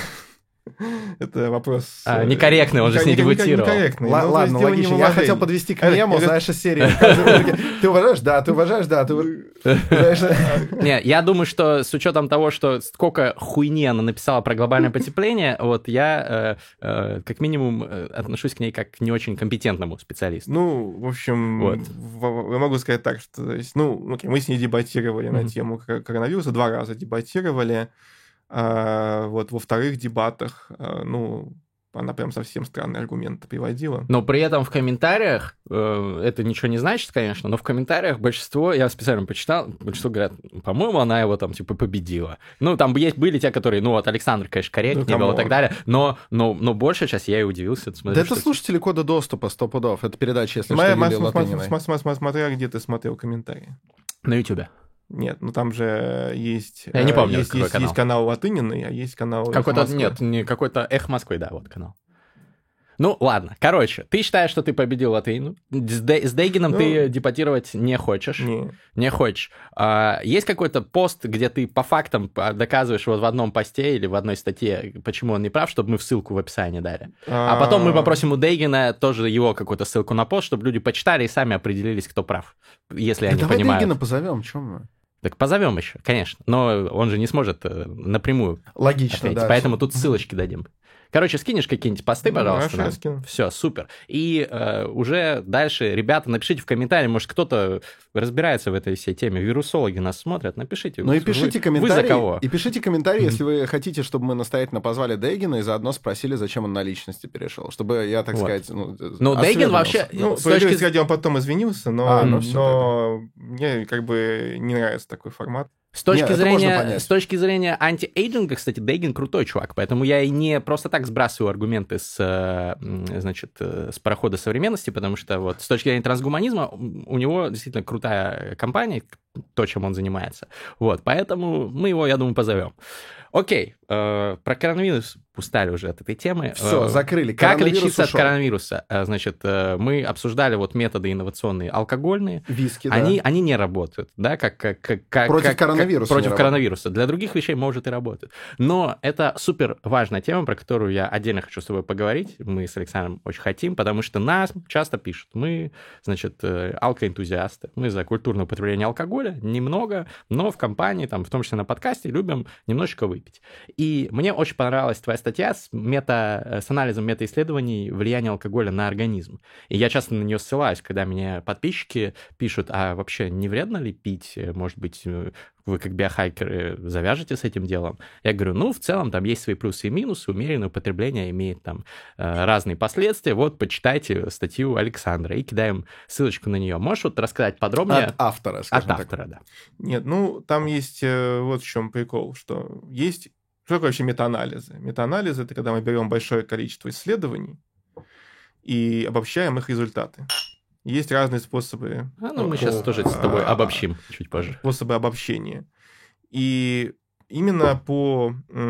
Это вопрос... А, некорректный, он же с ней дебатировал. Некорректный. Л- ладно, логично. Я хотел подвести к мему, знаешь, из серии. Ты уважаешь? Да, ты уважаешь? Да, ты Не, я думаю, что с учетом того, что сколько хуйни она написала про глобальное потепление, вот я как минимум отношусь к ней как к не очень компетентному специалисту. Ну, в общем, я могу сказать так, что ну, мы с ней дебатировали на тему коронавируса, два раза дебатировали. А, вот во вторых дебатах, а, ну, она прям совсем странные аргументы приводила. Но при этом в комментариях, э, это ничего не значит, конечно, но в комментариях большинство, я специально почитал, большинство говорят, по-моему, она его там, типа, победила. Ну, там есть, были те, которые, ну, вот Александр, конечно, корректнее ну, был и так далее, но, но, но большая часть, я и удивился. Смотрю, да это слушатели кода доступа, сто пудов, это передача, если Моя, что, Юлии Латыниной. Смотря где ты смотрел комментарии. На Ютубе. Нет, ну там же есть... Я не помню, есть, какой есть, канал. Есть канал Латыниной, а есть канал какой-то, нет, не какой-то Эх Москвы, да, вот канал. Ну, ладно. Короче, ты считаешь, что ты победил латвийну. С, Де- с Дейгином ну, ты депортировать не хочешь. Не. Не хочешь. А, есть какой-то пост, где ты по фактам доказываешь вот в одном посте или в одной статье, почему он не прав, чтобы мы в ссылку в описании дали. А, а потом мы попросим у Дейгина тоже его какую-то ссылку на пост, чтобы люди почитали и сами определились, кто прав. Если да они давай понимают. Дейгина позовем, чем мы? Так позовем еще, конечно. Но он же не сможет напрямую. Логично, ответить, да. Поэтому тут ссылочки дадим. Короче, скинешь какие-нибудь посты, пожалуйста. Хорошо, скину. Все, супер. И э, уже дальше, ребята, напишите в комментарии, может, кто-то разбирается в этой всей теме. Вирусологи нас смотрят, напишите. Ну и пишите вы, комментарии. Вы за кого? И пишите комментарии, mm-hmm. если вы хотите, чтобы мы настоятельно позвали Дейгина и заодно спросили, зачем он на личности перешел. Чтобы я, так вот. сказать, ну, ну Дейгин вообще... Ну, с точки зрения, он потом извинился, но, а, ну, но мне как бы не нравится такой формат. С точки, Нет, зрения, с точки зрения анти-эйджинга, кстати, Дейгин крутой чувак, поэтому я и не просто так сбрасываю аргументы с, значит, с парохода современности, потому что вот с точки зрения трансгуманизма у него действительно крутая компания, то, чем он занимается. Вот, поэтому мы его, я думаю, позовем. Окей, э, про коронавирус устали уже от этой темы. Все, э, закрыли. Как лечиться ушел. от коронавируса? Значит, э, мы обсуждали вот методы инновационные, алкогольные. Виски, они, да. Они не работают, да, как... как, как против как, коронавируса. Как, против коронавируса. Для других вещей, может, и работают. Но это супер важная тема, про которую я отдельно хочу с тобой поговорить. Мы с Александром очень хотим, потому что нас часто пишут. Мы, значит, алкоэнтузиасты. Мы за культурное употребление алкоголя. Немного, но в компании, там, в том числе на подкасте, любим немножечко выпить. И мне очень понравилась твоя статья с, мета, с анализом метаисследований влияния алкоголя на организм. И я часто на нее ссылаюсь, когда мне подписчики пишут, а вообще не вредно ли пить? Может быть, вы как биохакеры завяжете с этим делом? Я говорю, ну, в целом там есть свои плюсы и минусы, умеренное употребление имеет там разные последствия. Вот, почитайте статью Александра и кидаем ссылочку на нее. Можешь вот рассказать подробнее? От автора, скажем От автора, так. да. Нет, ну, там есть вот в чем прикол, что есть... Что такое вообще метаанализы? Метаанализы — это когда мы берем большое количество исследований и обобщаем их результаты. Есть разные способы... А, ну, мы сейчас тоже с тобой обобщим чуть позже. Способы обобщения. И именно по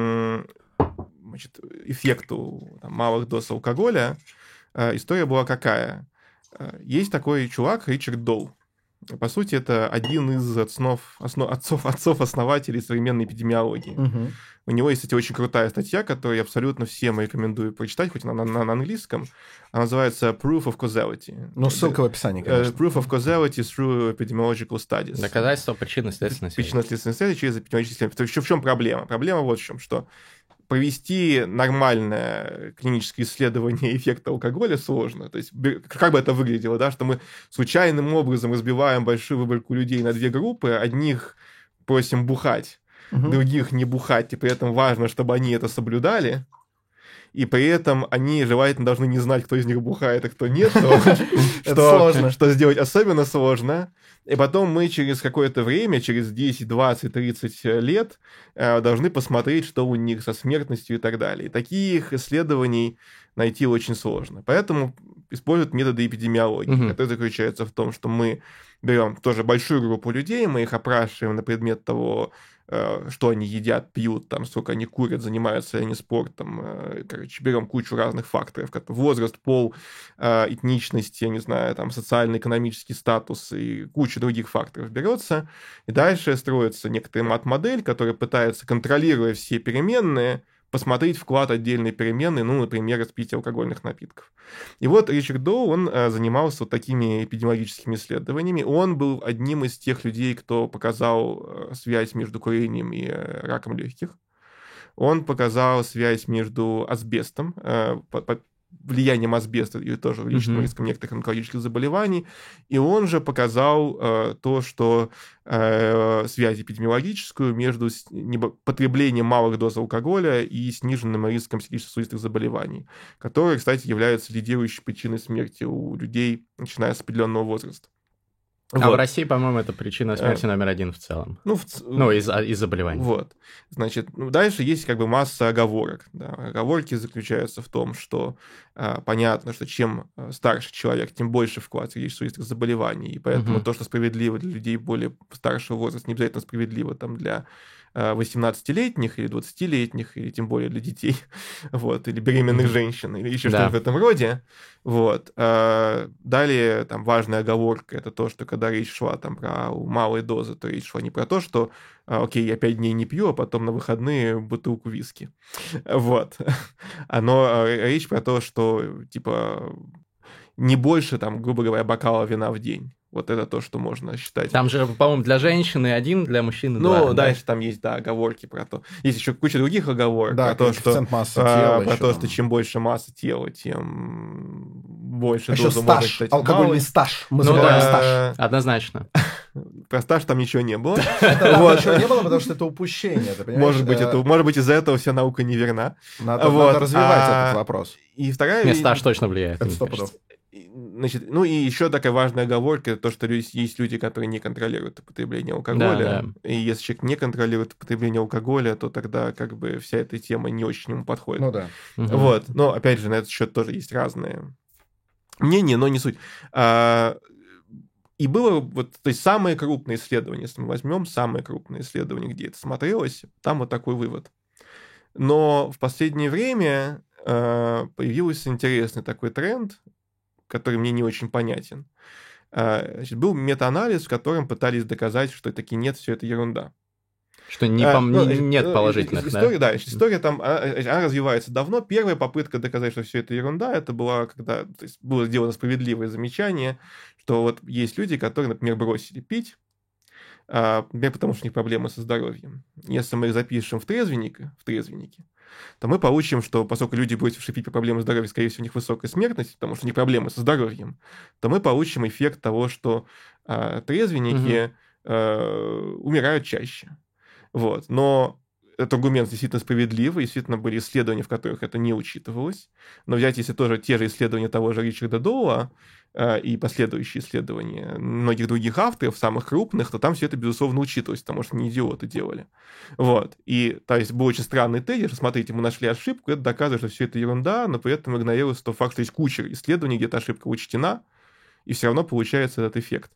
значит, эффекту там, малых доз алкоголя история была какая? Есть такой чувак Ричард Доу. По сути, это один из отцов, основ, отцов, отцов-основателей современной эпидемиологии. Угу. У него есть, кстати, очень крутая статья, которую я абсолютно всем рекомендую прочитать, хоть она на, на английском. Она называется Proof of Causality. Ну, ссылка в описании, конечно. Proof of Causality through epidemiological studies. Доказательство причинно-следственной связи. Причинно-следственной связи через эпидемиологические исследования. В чем проблема? Проблема вот в чем, что провести нормальное клиническое исследование эффекта алкоголя сложно. То есть, как бы это выглядело, да, что мы случайным образом разбиваем большую выборку людей на две группы, одних просим бухать, угу. других не бухать, и при этом важно, чтобы они это соблюдали, и при этом они желательно должны не знать, кто из них бухает, а кто нет. Это сложно. Что сделать особенно сложно. И потом мы через какое-то время, через десять, двадцать, тридцать лет должны посмотреть, что у них со смертностью и так далее. И таких исследований найти очень сложно. Поэтому используют методы эпидемиологии, угу. которые заключаются в том, что мы берем тоже большую группу людей, мы их опрашиваем на предмет того, что они едят, пьют, там, сколько они курят, занимаются ли они спортом. Короче, берем кучу разных факторов, как возраст, пол, этничность, я не знаю, там, социально-экономический статус и куча других факторов берется. И дальше строится некоторая мат-модель, которая пытается, контролируя все переменные, посмотреть вклад отдельной переменной, ну, например, распития алкогольных напитков. И вот Ричард Доу, он а, занимался вот такими эпидемиологическими исследованиями. Он был одним из тех людей, кто показал а, связь между курением и а, раком легких. Он показал связь между асбестом, а, по, по, влиянием асбеста и тоже увеличенным mm-hmm. риском некоторых онкологических заболеваний. И он же показал э, то, что э, связь эпидемиологическую между с, небо, потреблением малых доз алкоголя и сниженным риском сердечно-сосудистых заболеваний, которые, кстати, являются лидирующей причиной смерти у людей, начиная с определенного возраста. А вот. в России, по-моему, это причина смерти а, номер один в целом. Ну, в... ну из, из заболеваний. Вот. Значит, ну, дальше есть как бы масса оговорок. Да. Оговорки заключаются в том, что понятно, что чем старше человек, тем больше вклад в регистрацию заболеваний, и поэтому mm-hmm. то, что справедливо для людей более старшего возраста, не обязательно справедливо там для восемнадцатилетних или двадцатилетних, или тем более для детей, вот, или беременных mm-hmm. женщин, или еще да. что-то в этом роде. Вот. Далее там важная оговорка — это то, что когда речь шла там про малые дозы, то речь шла не про то, что окей, я пять дней не пью, а потом на выходные бутылку виски. Вот. Но речь про то, что типа не больше, там, грубо говоря, бокала вина в день. Вот это то, что можно считать. Там же, по-моему, для женщины один, для мужчины ну, два. Ну, дальше да? там есть, да, оговорки про то. Есть еще куча других оговорок. Да, про то, что, массы тела. А, про то, что чем больше массы тела, тем больше еще дозу стаж, может стать. алкогольный малый. стаж. Мы ну, забываем да, стаж. Однозначно. Про стаж там ничего не было. Ничего не было, потому что это упущение. Может быть, может быть, из-за этого вся наука неверна. Надо развивать этот вопрос. И вторая... Нет, стаж точно влияет. Это сто пудов. Значит, ну и еще такая важная оговорка, это то, что есть люди, которые не контролируют употребление алкоголя. Да, да. И если человек не контролирует употребление алкоголя, то тогда как бы вся эта тема не очень ему подходит. Ну да. Угу. Вот. Но опять же, на этот счет тоже есть разные мнения, но не суть. А, и было вот, то есть самое крупное исследование, если мы возьмем самое крупное исследование, где это смотрелось, там вот такой вывод. Но в последнее время а, появился интересный такой тренд, который мне не очень понятен. Значит, был метаанализ, в котором пытались доказать, что таки нет, все это ерунда. Что не а, пом... ну, нет положительных, история, да? Да, история там, она, она развивается давно. Первая попытка доказать, что все это ерунда, это была, когда то есть, было сделано справедливое замечание, что вот есть люди, которые, например, бросили пить, например, потому что у них проблемы со здоровьем. Если мы их запишем в трезвенник, в трезвеннике, то мы получим, что поскольку люди, бросившие пить по проблемам здоровья, скорее всего, у них высокая смертность, потому что у них проблемы со здоровьем, то мы получим эффект того, что э, трезвенники э, умирают чаще. Вот. Но этот аргумент действительно справедливый, действительно были исследования, в которых это не учитывалось. Но взять, если тоже те же исследования того же Ричарда Доула э, и последующие исследования многих других авторов, самых крупных, то там все это, безусловно, учитывалось, потому что не идиоты делали. Вот. И, то есть, был очень странный тезис, что, смотрите, мы нашли ошибку, это доказывает, что все это ерунда, но при этом игнорируется тот факт, что есть куча исследований, где эта ошибка учтена, и все равно получается этот эффект.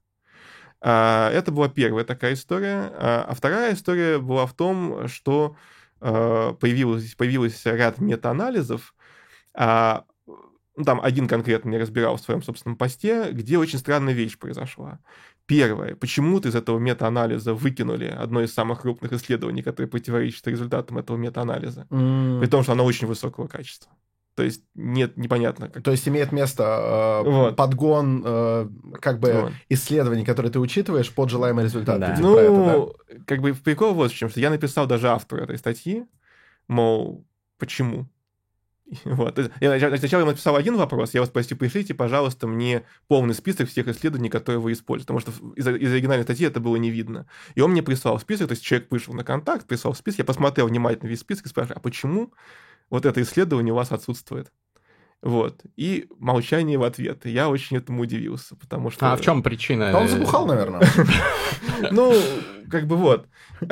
Это была первая такая история. А вторая история была в том, что появилось, появился ряд метаанализов. Там один конкретно я разбирал в своем собственном посте, где очень странная вещь произошла. Первое. Почему-то из этого метаанализа выкинули одно из самых крупных исследований, которое противоречит результатам этого метаанализа. Mm. При том, что оно очень высокого качества. То есть нет, непонятно. Как... То есть имеет место э, вот. подгон э, как бы вот. исследований, которые ты учитываешь под желаемый результат. Да. Ну, это, да? как бы прикол вот в чем, что я написал даже автору этой статьи, мол, почему? Вот. Я, сначала я написал один вопрос, я вас спросил, пришлите, пожалуйста, мне полный список всех исследований, которые вы используете, потому что из, из оригинальной статьи это было не видно. И он мне прислал список, то есть человек вышел на контакт, прислал список, я посмотрел внимательно весь список и спрашиваю, а почему вот это исследование у вас отсутствует? Вот. И молчание в ответ. И я очень этому удивился, потому что... А в чем причина? Он забухал, наверное. Ну, как бы вот.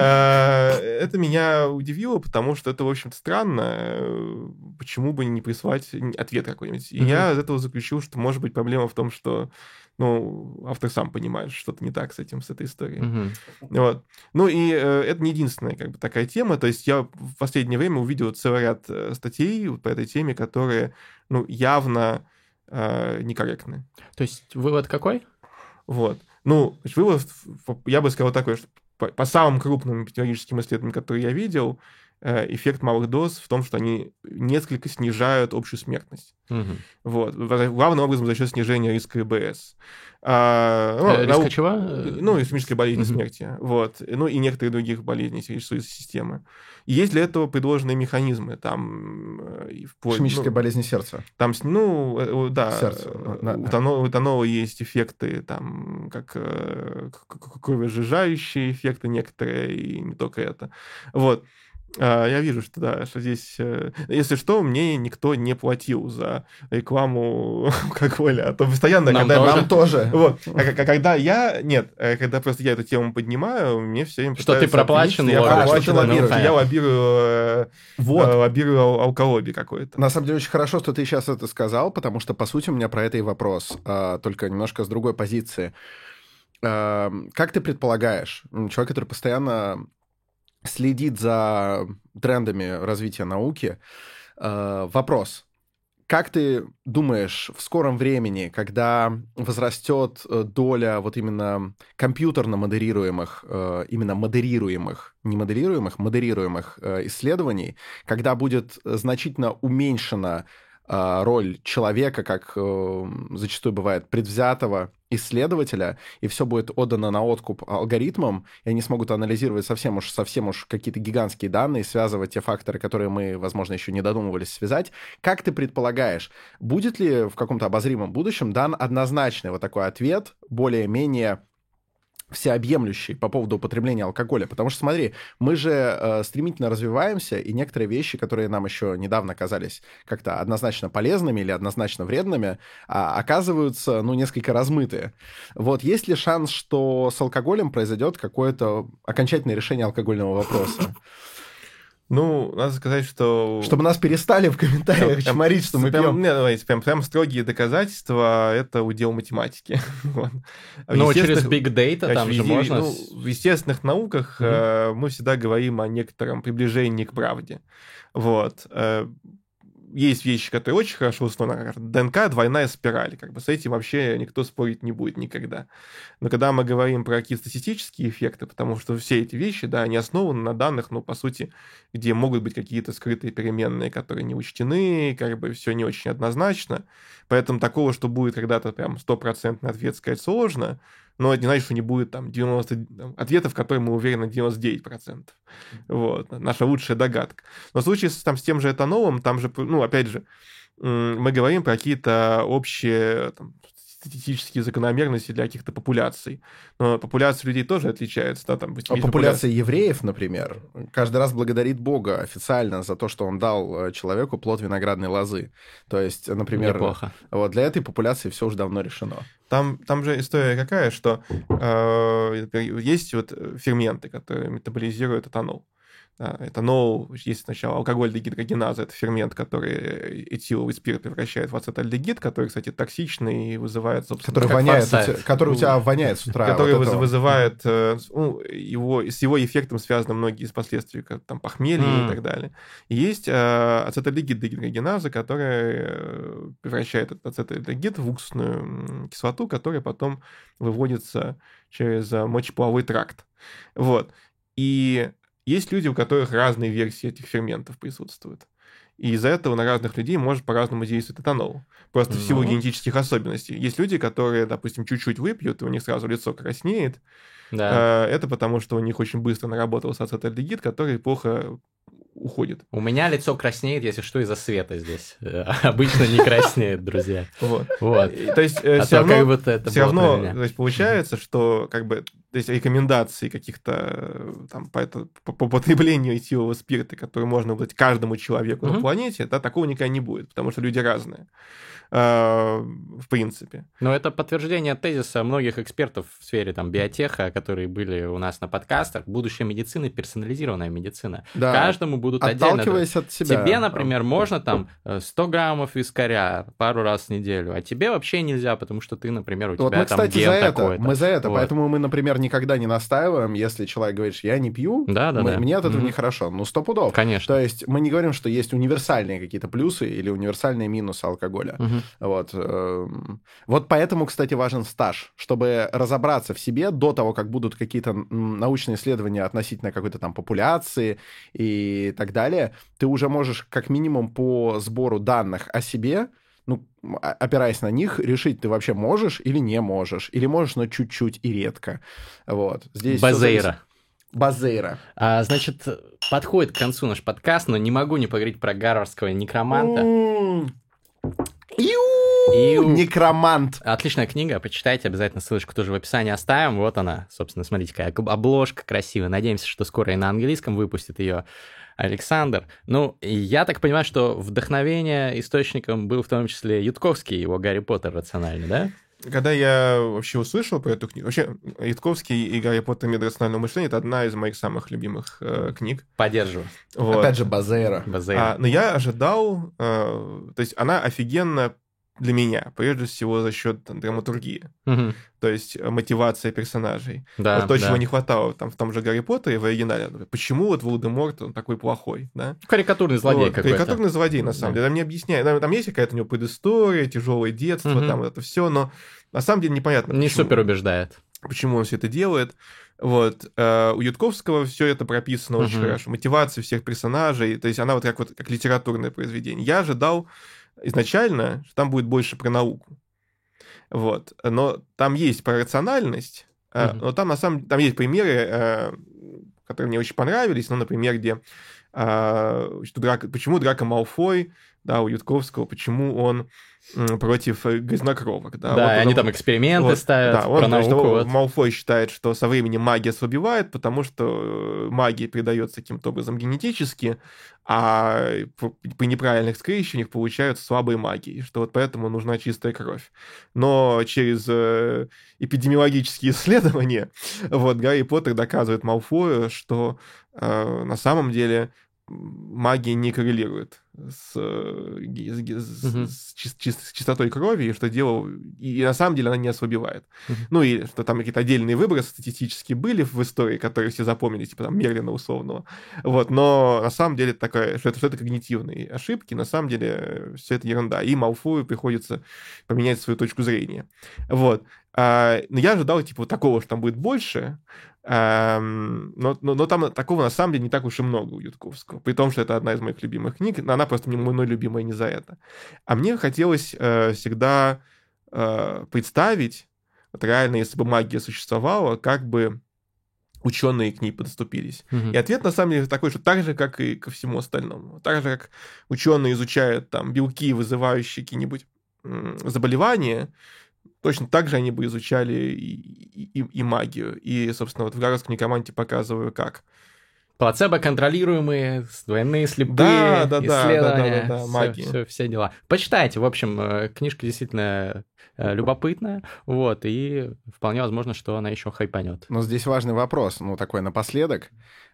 Это меня удивило, потому что это, в общем-то, странно. Почему бы не прислать ответ какой-нибудь? И я из этого заключил, что, может быть, проблема в том, что ну, автор сам понимает, что что-то не так с этим, с этой историей. Uh-huh. Вот. Ну, и э, это не единственная как бы такая тема. То есть я в последнее время увидел целый ряд статей по этой теме, которые, ну, явно э, некорректны. То есть вывод какой? Вот. Ну, вывод, я бы сказал такой, что по, по самым крупным эпидемиологическим исследованиям, которые я видел, эффект малых доз в том, что они несколько снижают общую смертность. Угу. Вот. Главным образом за счет снижения риска ИБС. А, ну, риска нау... чего? Ну, исхемической болезни угу. смерти. Вот. Ну, и некоторых других болезней сердечно-сосудистой системы. И есть для этого предложенные механизмы. Там, вплоть, исхемическая ну, болезнь сердца. Там, ну, да. Сердце. У этанола, у этанола есть эффекты, там, как кроветжижающие эффекты некоторые, и не только это. Вот. Я вижу, что да, что здесь... Если что, мне никто не платил за рекламу алкоголя, а то постоянно... Нам, когда тоже. Нам тоже. Вот. А, а когда я... Нет, когда просто я эту тему поднимаю, мне все время что ты проплачен, я проплачен, лоббирую, я лоббирую, вот. лоббирую алколобби какой-то. На самом деле, очень хорошо, что ты сейчас это сказал, потому что, по сути, у меня про это и вопрос, только немножко с другой позиции. Как ты предполагаешь, человек, который постоянно следит за трендами развития науки, вопрос. Как ты думаешь, в скором времени, когда возрастет доля вот именно компьютерно модерируемых, именно модерируемых, не моделируемых, модерируемых исследований, когда будет значительно уменьшена роль человека, как зачастую бывает, предвзятого исследователя, и все будет отдано на откуп алгоритмам, и они смогут анализировать совсем уж, совсем уж какие-то гигантские данные, связывать те факторы, которые мы, возможно, еще не додумывались связать. Как ты предполагаешь, будет ли в каком-то обозримом будущем дан однозначный вот такой ответ, более-менее всеобъемлющий по поводу употребления алкоголя? Потому что, смотри, мы же э, стремительно развиваемся, и некоторые вещи, которые нам еще недавно казались как-то однозначно полезными или однозначно вредными, а, оказываются, ну, несколько размытые. Вот есть ли шанс, что с алкоголем произойдет какое-то окончательное решение алкогольного вопроса? Ну, надо сказать, что... Чтобы нас перестали в комментариях прям, чморить, что мы прям, пьем. Нет, давайте, прям, прям строгие доказательства — это удел математики. Вот. Ну, через big data там же можно... Ну, в естественных науках mm-hmm. э, мы всегда говорим о некотором приближении к правде. Вот. Э, есть вещи, которые очень хорошо установлены. ДНК — двойная спираль. Как бы с этим вообще никто спорить не будет никогда. Но когда мы говорим про какие-то статистические эффекты, потому что все эти вещи, да, они основаны на данных, ну, по сути, где могут быть какие-то скрытые переменные, которые не учтены, как бы все не очень однозначно. Поэтому такого, что будет когда-то прям стопроцентный ответ, сказать сложно. Но это не значит, что не будет там девяносто там, ответов, которые мы уверены девяносто девять процентов. Вот. Наша лучшая догадка. Но в случае с, там, с тем же этанолом, там же, ну, опять же, мы говорим про какие-то общие там, статистические закономерности для каких-то популяций. Но популяции людей тоже отличаются. Да, там, а популяция евреев, например, каждый раз благодарит Бога официально за то, что он дал человеку плод виноградной лозы. То есть, например, неплохо. Вот для этой популяции все уже давно решено. Там, там же история какая, что э, есть вот ферменты, которые метаболизируют этанол. Да, этанол, есть сначала алкоголь-дегидрогеназа, это фермент, который этиловый спирт превращает в ацетальдегид, который, кстати, токсичный и вызывает, собственно... Который, воняет, который у тебя воняет с утра. Который вот вызывает... Ну, его, с его эффектом связаны многие из последствий, как там похмелье mm. и так далее. И есть ацетальдегид-дегидрогеназа, которая превращает этот ацетальдегид в уксусную кислоту, которая потом выводится через мочеполовой тракт. Вот. И есть люди, у которых разные версии этих ферментов присутствуют. И из-за этого на разных людей может по-разному действовать этанол. Просто ну. в силу генетических особенностей. Есть люди, которые, допустим, чуть-чуть выпьют, и у них сразу лицо краснеет. Да. Это потому, что у них очень быстро наработался ацетальдегид, который плохо уходит. У меня лицо краснеет, если что, из-за света здесь. Обычно не краснеет, друзья. Вот. Вот. То есть все равно получается, что как бы то есть рекомендации каких-то там по, это, по, по потреблению этилового спирта, который можно выдать каждому человеку mm-hmm. на планете, да, такого никогда не будет, потому что люди разные. В принципе. Но это подтверждение тезиса многих экспертов в сфере там, биотеха, которые были у нас на подкастах. Будущее медицины — персонализированная медицина. Да. Каждому будут отдельно... Отталкиваясь от себя. Тебе, например, можно там сто граммов вискаря пару раз в неделю, а тебе вообще нельзя, потому что ты, например, у вот тебя мы, там кстати, ген за это, такой-то. Мы за это, вот. Поэтому мы, например, никогда не настаиваем, если человек говорит, что я не пью, да, да, мы, да. мне от этого mm-hmm. нехорошо. Ну, сто пудов. Конечно. То есть мы не говорим, что есть универсальные какие-то плюсы или универсальные минусы алкоголя. Mm-hmm. Вот. Вот поэтому, кстати, важен стаж, чтобы разобраться в себе до того, как будут какие-то научные исследования относительно какой-то там популяции и так далее. Ты уже можешь как минимум по сбору данных о себе, ну, опираясь на них, решить, ты вообще можешь или не можешь. Или можешь, но чуть-чуть и редко. Вот. Здесь Базейра. Базейра. А, значит, подходит к концу наш подкаст, но не могу не поговорить про гарвардского некроманта. Ю! И у- Некромант. Отличная книга, почитайте, обязательно ссылочку тоже в описании оставим. Вот она, собственно, смотрите, какая обложка красивая. Надеемся, что скоро и на английском выпустит ее Александр. Ну, и я так понимаю, что вдохновение источником был в том числе Ютковский, его «Гарри Поттер» рациональный, да? Когда я вообще услышал про эту книгу... Вообще, Ютковский и «Гарри Поттер. Мир рационального мышления» — это одна из моих самых любимых э, книг. Поддерживаю. Вот. Опять же, Базейра. Базейра. А, но я ожидал... Э, то есть она офигенно для меня, прежде всего за счет там, драматургии. Мгм. То есть э, мотивация персонажей. Да, вот то, да. чего не хватало там, в том же «Гарри Поттере» в оригинале. Почему вот Волдеморт, он такой плохой, да? Карикатурный злодей Вот, какой-то. карикатурный злодей, на самом Да. деле. Там не объясняет. Там, там есть какая-то у него предыстория, тяжелое детство, Мгм. там вот это все, но на самом деле непонятно, Не почему, супер убеждает. почему он все это делает. Вот. э, у Ютковского все это прописано очень Мгм. хорошо. Мотивация всех персонажей. То есть она вот как, вот как литературное произведение. Я ожидал изначально, что там будет больше про науку. Вот. Но там есть про рациональность, э, Мгм. но там на самом там есть примеры, э, которые мне очень понравились. Ну, например, где а, что Драко- почему Драко Малфой, да, у Ютковского, почему он м, против э, грязнокровок. Да, Да, Вот и они он- там эксперименты вот, ставят да, он, про значит, науку. его- вот. Малфой считает, что со временем магия ослабевает, потому что э, магия передается каким-то образом генетически, а п- при неправильных скрещиваниях получаются слабые магии, что вот поэтому нужна чистая кровь. Но через э, эпидемиологические исследования вот Гарри Поттер доказывает Малфою, что э, на самом деле магия не коррелирует с, э, ги- с ги- с- Мгм. с чис- чис- с чистотой крови, и что дело... И, и на самом деле она не ослабевает. Мгм. Ну и что там какие-то отдельные выбросы статистические были в истории, которые все запомнили, типа там Мерлина условного. Вот, но на самом деле это такая, что это, что это когнитивные ошибки, на самом деле все это ерунда. И Малфою приходится поменять свою точку зрения. Вот. А, но я ожидал, типа, вот такого, что там будет больше, Ам, но, но, но там такого на самом деле не так уж и много у Ютковского, при том, что это одна из моих любимых книг, но она просто не мной любимая не за это. А мне хотелось э, всегда э, представить, вот реально, если бы магия существовала, как бы ученые к ней подступились. Мгм. И ответ на самом деле такой, что так же, как и ко всему остальному. Так же, как ученые изучают там белки, вызывающие какие-нибудь м, заболевания, точно так же они бы изучали и, и, и магию. И, собственно, вот в «Гарвардском некроманте» показываю, как. Плацебо контролируемые, двойные слепые Да, да, да, исследования, да, да, да, всё- магия. всё- все дела. Почитайте, в общем, э, книжка действительно э, любопытная, вот, и вполне возможно, что она еще хайпанет. Но здесь важный вопрос, ну, такой напоследок.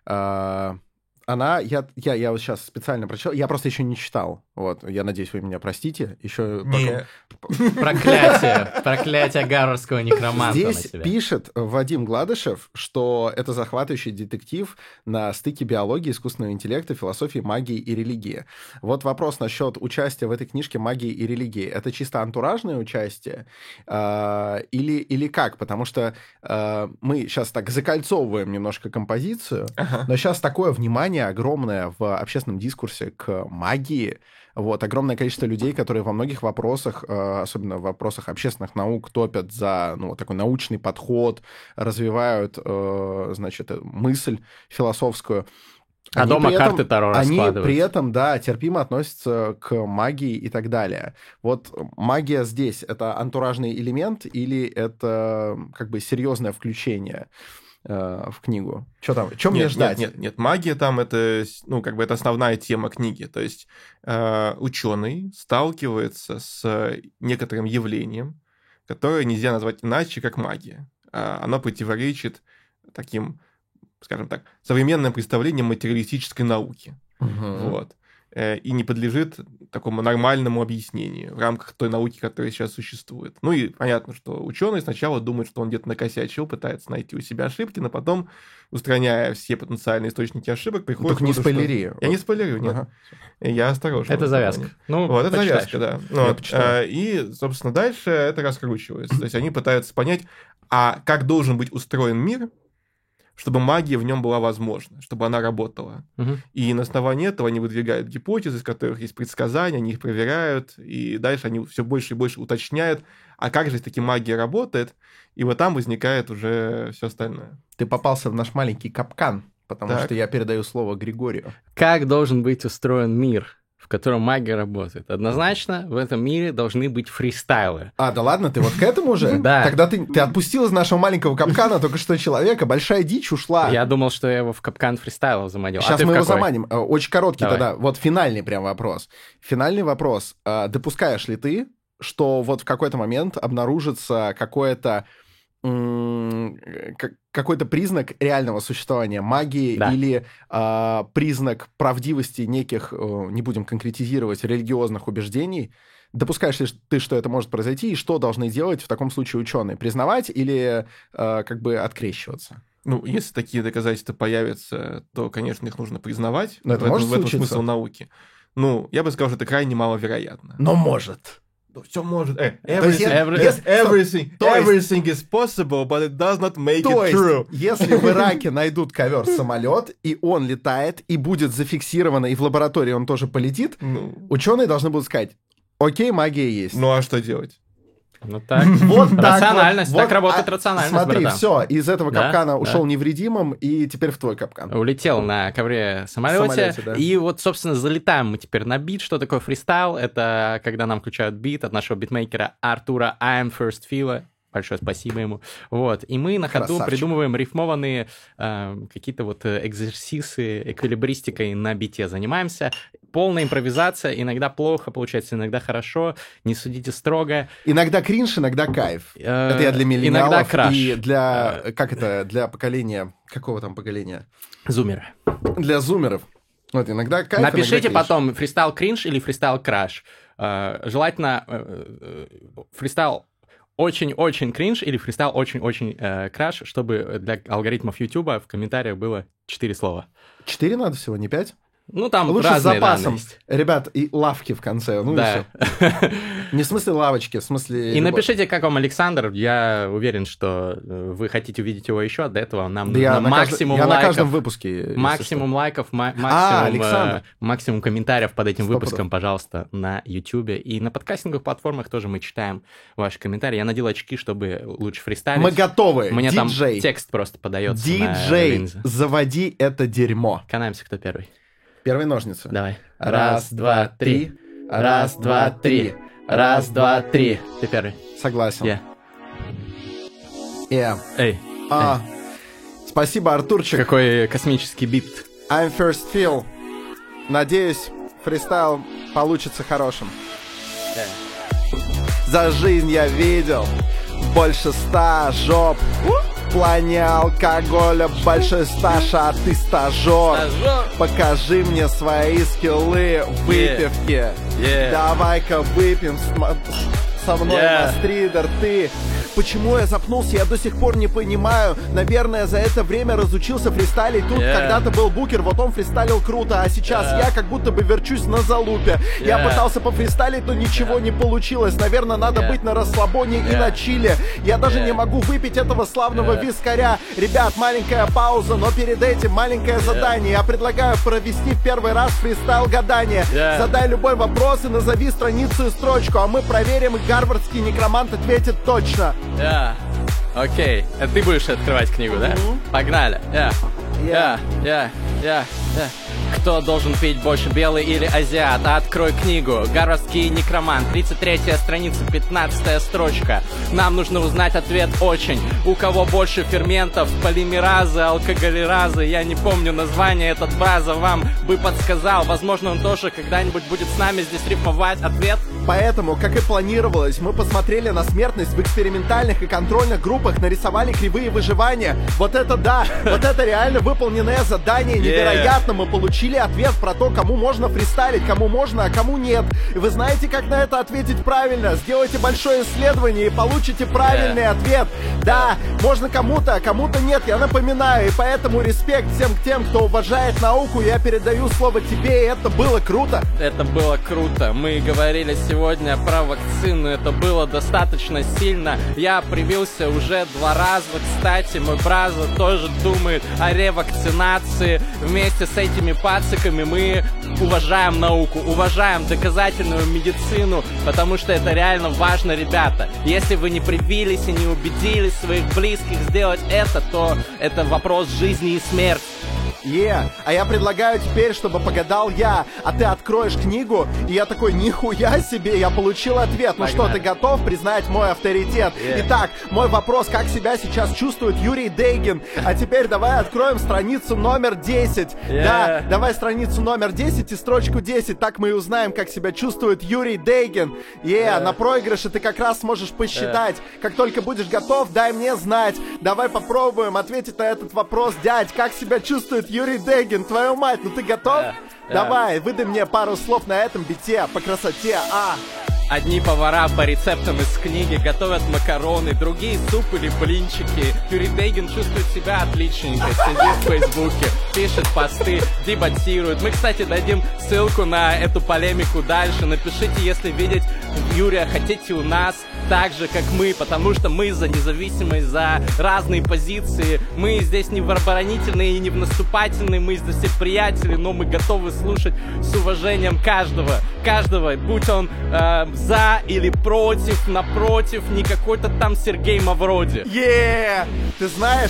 А, Она, я, я, я вот сейчас специально прочитал, я просто еще не читал. Вот, я надеюсь, вы меня простите. Еще Не. Проклятие, проклятие гарвардского некроманта на Здесь тебя. пишет Вадим Гладышев, что это захватывающий детектив на стыке биологии, искусственного интеллекта, философии, магии и религии. Вот вопрос насчет участия в этой книжке магии и религии. Это чисто антуражное участие э, или, или как? Потому что э, мы сейчас так закольцовываем немножко композицию, Ага. но сейчас такое внимание огромное в общественном дискурсе к магии. Вот, огромное количество людей, которые во многих вопросах, э, особенно в вопросах общественных наук, топят за ну, вот такой научный подход, развивают, э, значит, э, мысль философскую. А Они дома при этом- карты Таро Они раскладывают. при этом, да, терпимо относятся к магии и так далее. Вот магия здесь — это антуражный элемент или это как бы серьезное включение э, в книгу? Что там? Что мне Нет, ждать? нет, нет, нет, магия там это, ну, как бы это основная тема книги. То есть э, ученый сталкивается с некоторым явлением, которое нельзя назвать иначе, как магия. А, оно противоречит таким, скажем так, современным представлениям материалистической науки. Мгм. Вот. Э, И не подлежит такому нормальному объяснению в рамках той науки, которая сейчас существует. Ну и понятно, что ученый сначала думает, что он где-то накосячил, пытается найти у себя ошибки, но потом, устраняя все потенциальные источники ошибок, приходит... Только не к выводу, что- спойлери. Я не спойлерю, нет. Ага. Я осторожно. Это в этом завязка. плане. Ну, Вот, это почитаешь. завязка, да. Я Вот. почитаю. А, И, собственно, дальше это раскручивается. То есть они пытаются понять, а как должен быть устроен мир, чтобы магия в нем была возможна, чтобы она работала. Мгм. И на основании этого они выдвигают гипотезы, из которых есть предсказания, они их проверяют, и дальше они все больше и больше уточняют, а как же таки магия работает, и вот там возникает уже все остальное. Ты попался в наш маленький капкан, потому Так. что я передаю слово Григорию. Как должен быть устроен мир в котором магия работает. Однозначно в этом мире должны быть фристайлы. А, да ладно, ты вот к этому уже? Да. Тогда ты, ты отпустил из нашего маленького капкана только что человека, большая дичь ушла. Я думал, что я его в капкан фристайлов заманил. Сейчас а мы его какой? заманим. Очень короткий Давай. тогда. Вот финальный прям вопрос. Финальный вопрос. Допускаешь ли ты, что вот в какой-то момент обнаружится какое-то какой-то признак реального существования магии да. или э, признак правдивости неких, э, не будем конкретизировать, религиозных убеждений? Допускаешь ли ты, что это может произойти, и что должны делать в таком случае ученые? Признавать или э, как бы открещиваться? Ну, если такие доказательства появятся, то, конечно, их нужно признавать. Но это в может этом, в этом случиться? смысл науки. Ну, я бы сказал, что это крайне маловероятно. Но может. Все может. Э, есть, everything, yes, everything, то есть- everything is possible, but it does not make То it есть, true. если в Ираке найдут ковер-самолет, и он летает, и будет зафиксировано, и в лаборатории он тоже полетит, Ну, ученые должны будут сказать: окей, магия есть. ну а что делать? Ну так. Вот так Рациональность. вот. Так Вот, работает а, рациональность, Смотри, братан. все, из этого Да, капкана да. ушел невредимым, и теперь в твой капкан. Улетел на ковре самолете, Самолете, да. и вот, собственно, залетаем мы теперь на бит. Что такое фристайл? Это когда нам включают бит от нашего битмейкера Артура I am First Fila. Большое спасибо ему. Вот. И мы на ходу Красавчик. придумываем рифмованные э, какие-то вот экзерсисы, эквилибристикой на бите занимаемся. Полная импровизация. Иногда плохо получается, иногда хорошо. Не судите строго. Иногда кринж, иногда кайф. Э, Это я для Иногда миллениалов краш. и для, как это, для поколения, какого там поколения? Зумеры. Для зумеров. Вот, иногда кайф, Напишите иногда кринж. потом фристайл кринж или фристайл краш. Э, желательно э, э, фристайл очень-очень кринж или фристайл очень-очень э, краш, чтобы для алгоритмов Ютуба в комментариях было четыре слова. Четыре надо всего, не пять? Ну, там Лучше с разные запасом. данные есть. Ребят, и лавки в конце. Ну, и Да. всё. Не в смысле лавочки, в смысле... И любовь. напишите, как вам Александр. Я уверен, что э, вы хотите увидеть его еще. До этого нам Да я нужно на, максимум кажд- я на лайков. каждом выпуске. если Максимум лайков, ма- А, максимум, Александр. э, максимум комментариев под этим Сто выпуском, пожалуйста, на Ютубе. И на подкастинговых платформах тоже мы читаем ваши комментарии. Я надел очки, чтобы лучше что. фристайлить. Мы готовы. Мне Диджей. там текст просто подается на Диджей, линзы. заводи это дерьмо. Канаемся, кто первый. Первые ножницы. Давай. Раз, два, три. Раз, два, три. Раз, два, три. Ты первый. Согласен. Я. Yeah. Эй, А, спасибо, Артурчик. какой космический бит. I'm First Feel. Надеюсь, фристайл получится хорошим. За жизнь я видел больше ста жоп. В плане алкоголя большой стаж, а ты стажер. Покажи мне свои скиллы в выпивке. Yeah. Давай-ка выпьем с м- со мной, Yeah. мастридер, ты. Почему я запнулся, я до сих пор не понимаю. Наверное, за это время разучился фристайлить. Тут Yeah. когда-то был букер, вот он фристайлил круто, а сейчас Yeah. я как будто бы верчусь на залупе. Я Yeah. пытался пофристайлить, но ничего не получилось. Наверное, надо Yeah. быть на расслабоне и Yeah. на чиле. Я даже Yeah. не могу выпить этого славного Yeah. вискаря. Ребят, маленькая пауза, но перед этим маленькое задание. Я предлагаю провести в первый раз фристайл гадания. Yeah. Задай любой вопрос и назови страницу и строчку, а мы проверим, и гарвардский некромант ответит точно. Я. Окей. А ты будешь открывать книгу, да? Мгм. Погнали. Я. Я. Я. Я. Я. Я. Кто должен пить больше, белый или азиат? Открой книгу. Гарвардский некромант. тридцать третья страница, пятнадцатая строчка. Нам нужно узнать ответ очень. У кого больше ферментов, полимеразы, алкоголеразы? Я не помню название, этот база вам бы подсказал. Возможно, он тоже когда-нибудь будет с нами здесь рифмовать ответ. Поэтому, как и планировалось, мы посмотрели на смертность в экспериментальных и контрольных группах, нарисовали кривые выживания. Вот это да, вот это реально выполненное задание. Невероятно, мы получили ответ про то, кому можно фристайлить, кому можно, а кому нет. И вы знаете, как на это ответить правильно? Сделайте большое исследование и получите правильный ответ. Да, можно кому-то, а кому-то нет, я напоминаю. И поэтому респект всем тем, кто уважает науку. Я передаю слово тебе, и это было круто. Это было круто. Мы говорили сегодня про вакцину. Это было достаточно сильно. Я привился уже два раза. Кстати, мой браза тоже думает о ревакцинации. Вместе с этими пациками мы уважаем науку, уважаем доказательную медицину, потому что это реально важно, ребята. Если вы не привились и не убедили своих близких сделать это, то это вопрос жизни и смерти. Е, а я предлагаю теперь, чтобы погадал я, а ты откроешь книгу, и я такой, нихуя себе, я получил ответ. Ну что, ты готов признать мой авторитет? Yeah. Итак, мой вопрос, как себя сейчас чувствует Юрий Дейгин? А теперь давай откроем страницу номер десять. Yeah. Да, давай страницу номер десять и строчку десять, так мы и узнаем, как себя чувствует Юрий Дейгин. Е, yeah. yeah. на проигрыше ты как раз сможешь посчитать. Yeah. Как только будешь готов, дай мне знать. Давай попробуем ответить на этот вопрос, дядь, как себя чувствует Юрий Дейгин, твою мать, ну ты готов? Yeah, yeah. Давай, выдай мне пару слов на этом бите по красоте, а... Одни повара по рецептам из книги готовят макароны, другие суп или блинчики. Юрий Дейгин чувствует себя отличненько, сидит в Фейсбуке, пишет посты, дебатирует. Мы, кстати, дадим ссылку на эту полемику дальше. Напишите, если видеть Юрия хотите у нас так же, как мы, потому что мы за независимость, за разные позиции. Мы здесь не в оборонительные и не в наступательные, мы здесь все приятели, но мы готовы слушать с уважением каждого. Каждого, будь он э, за или против, напротив, не какой-то там Сергей Мавроди. Yeah! Ты знаешь,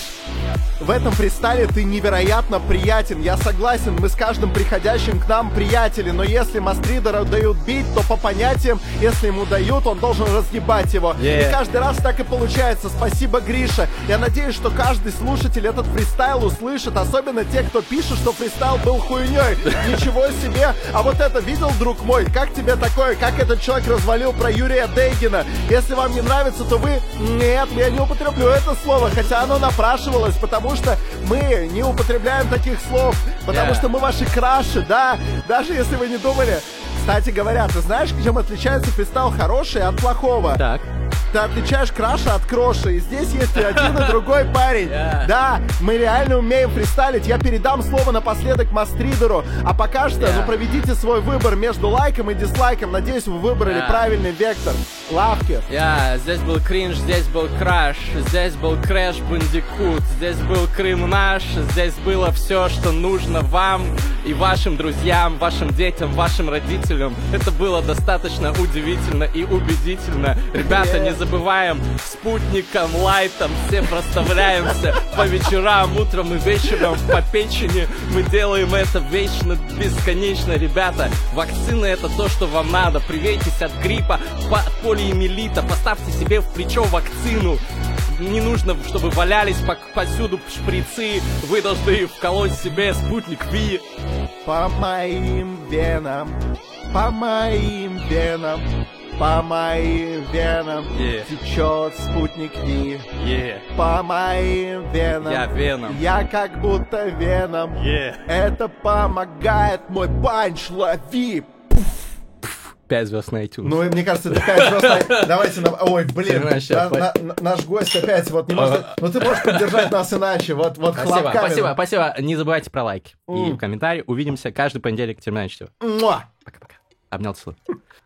в этом фристайле ты невероятно приятен. Я согласен, мы с каждым приходящим к нам приятели, но если мастридера дают бить, то по понятиям, если ему дают, он должен разъебать его. Yeah. И каждый раз так и получается. Спасибо, Гриша. Я надеюсь, что каждый слушатель этот фристайл услышит, особенно те, кто пишет, что фристайл был хуйней. Ничего себе! А вот это видел, друг мой? Как тебе такое? Как этот человек развалил про Юрия Дейгина? Если вам не нравится, то вы... Нет, я не употреблю это слово, хотя оно напрашивалось, потому что мы не употребляем таких слов, потому yeah. что мы ваши краши, да? Даже если вы не думали. Кстати говоря, ты знаешь, чем отличается фристайл хороший от плохого? Так. Ты отличаешь краша от кроша, и здесь есть и один, и другой парень. Yeah. Да, мы реально умеем фристайлить. Я передам слово напоследок мастридеру. А пока что, yeah. ну, проведите свой выбор между лайком и дизлайком. Надеюсь, вы выбрали yeah. правильный вектор. Лавки. Yeah, здесь был кринж, здесь был краш, здесь был Crash Bandicoot, здесь был Крым наш, здесь было все, что нужно вам и вашим друзьям, вашим детям, вашим родителям. Это было достаточно удивительно и убедительно. Ребята, yeah. не забываем спутником, лайтом, все проставляемся по вечерам, утром и вечером по печени. Мы делаем это вечно, бесконечно, ребята. Вакцина — это то, что вам надо. Привейтесь от гриппа, от полиэмилита, поставьте себе в плечо вакцину. Не нужно, чтобы валялись повсюду шприцы. Вы должны вколоть себе спутник Ви. По моим венам, по моим венам, по моим венам yeah. течет спутник Ви. Yeah. По моим венам я веном. Я как будто веном. Yeah. Это помогает, мой панч, лови. Пять звезд на iTunes. Ну, мне кажется, это пять звезд на... Давайте нам... Ой, блин, на, на, на, наш гость опять вот не может... Ну, ты можешь поддержать нас иначе, вот, вот спасибо, хлопками. Спасибо, спасибо. Не забывайте про лайки mm. и комментарии. Увидимся каждый понедельник в темнадцать часов. Пока-пока. Обнял, целую.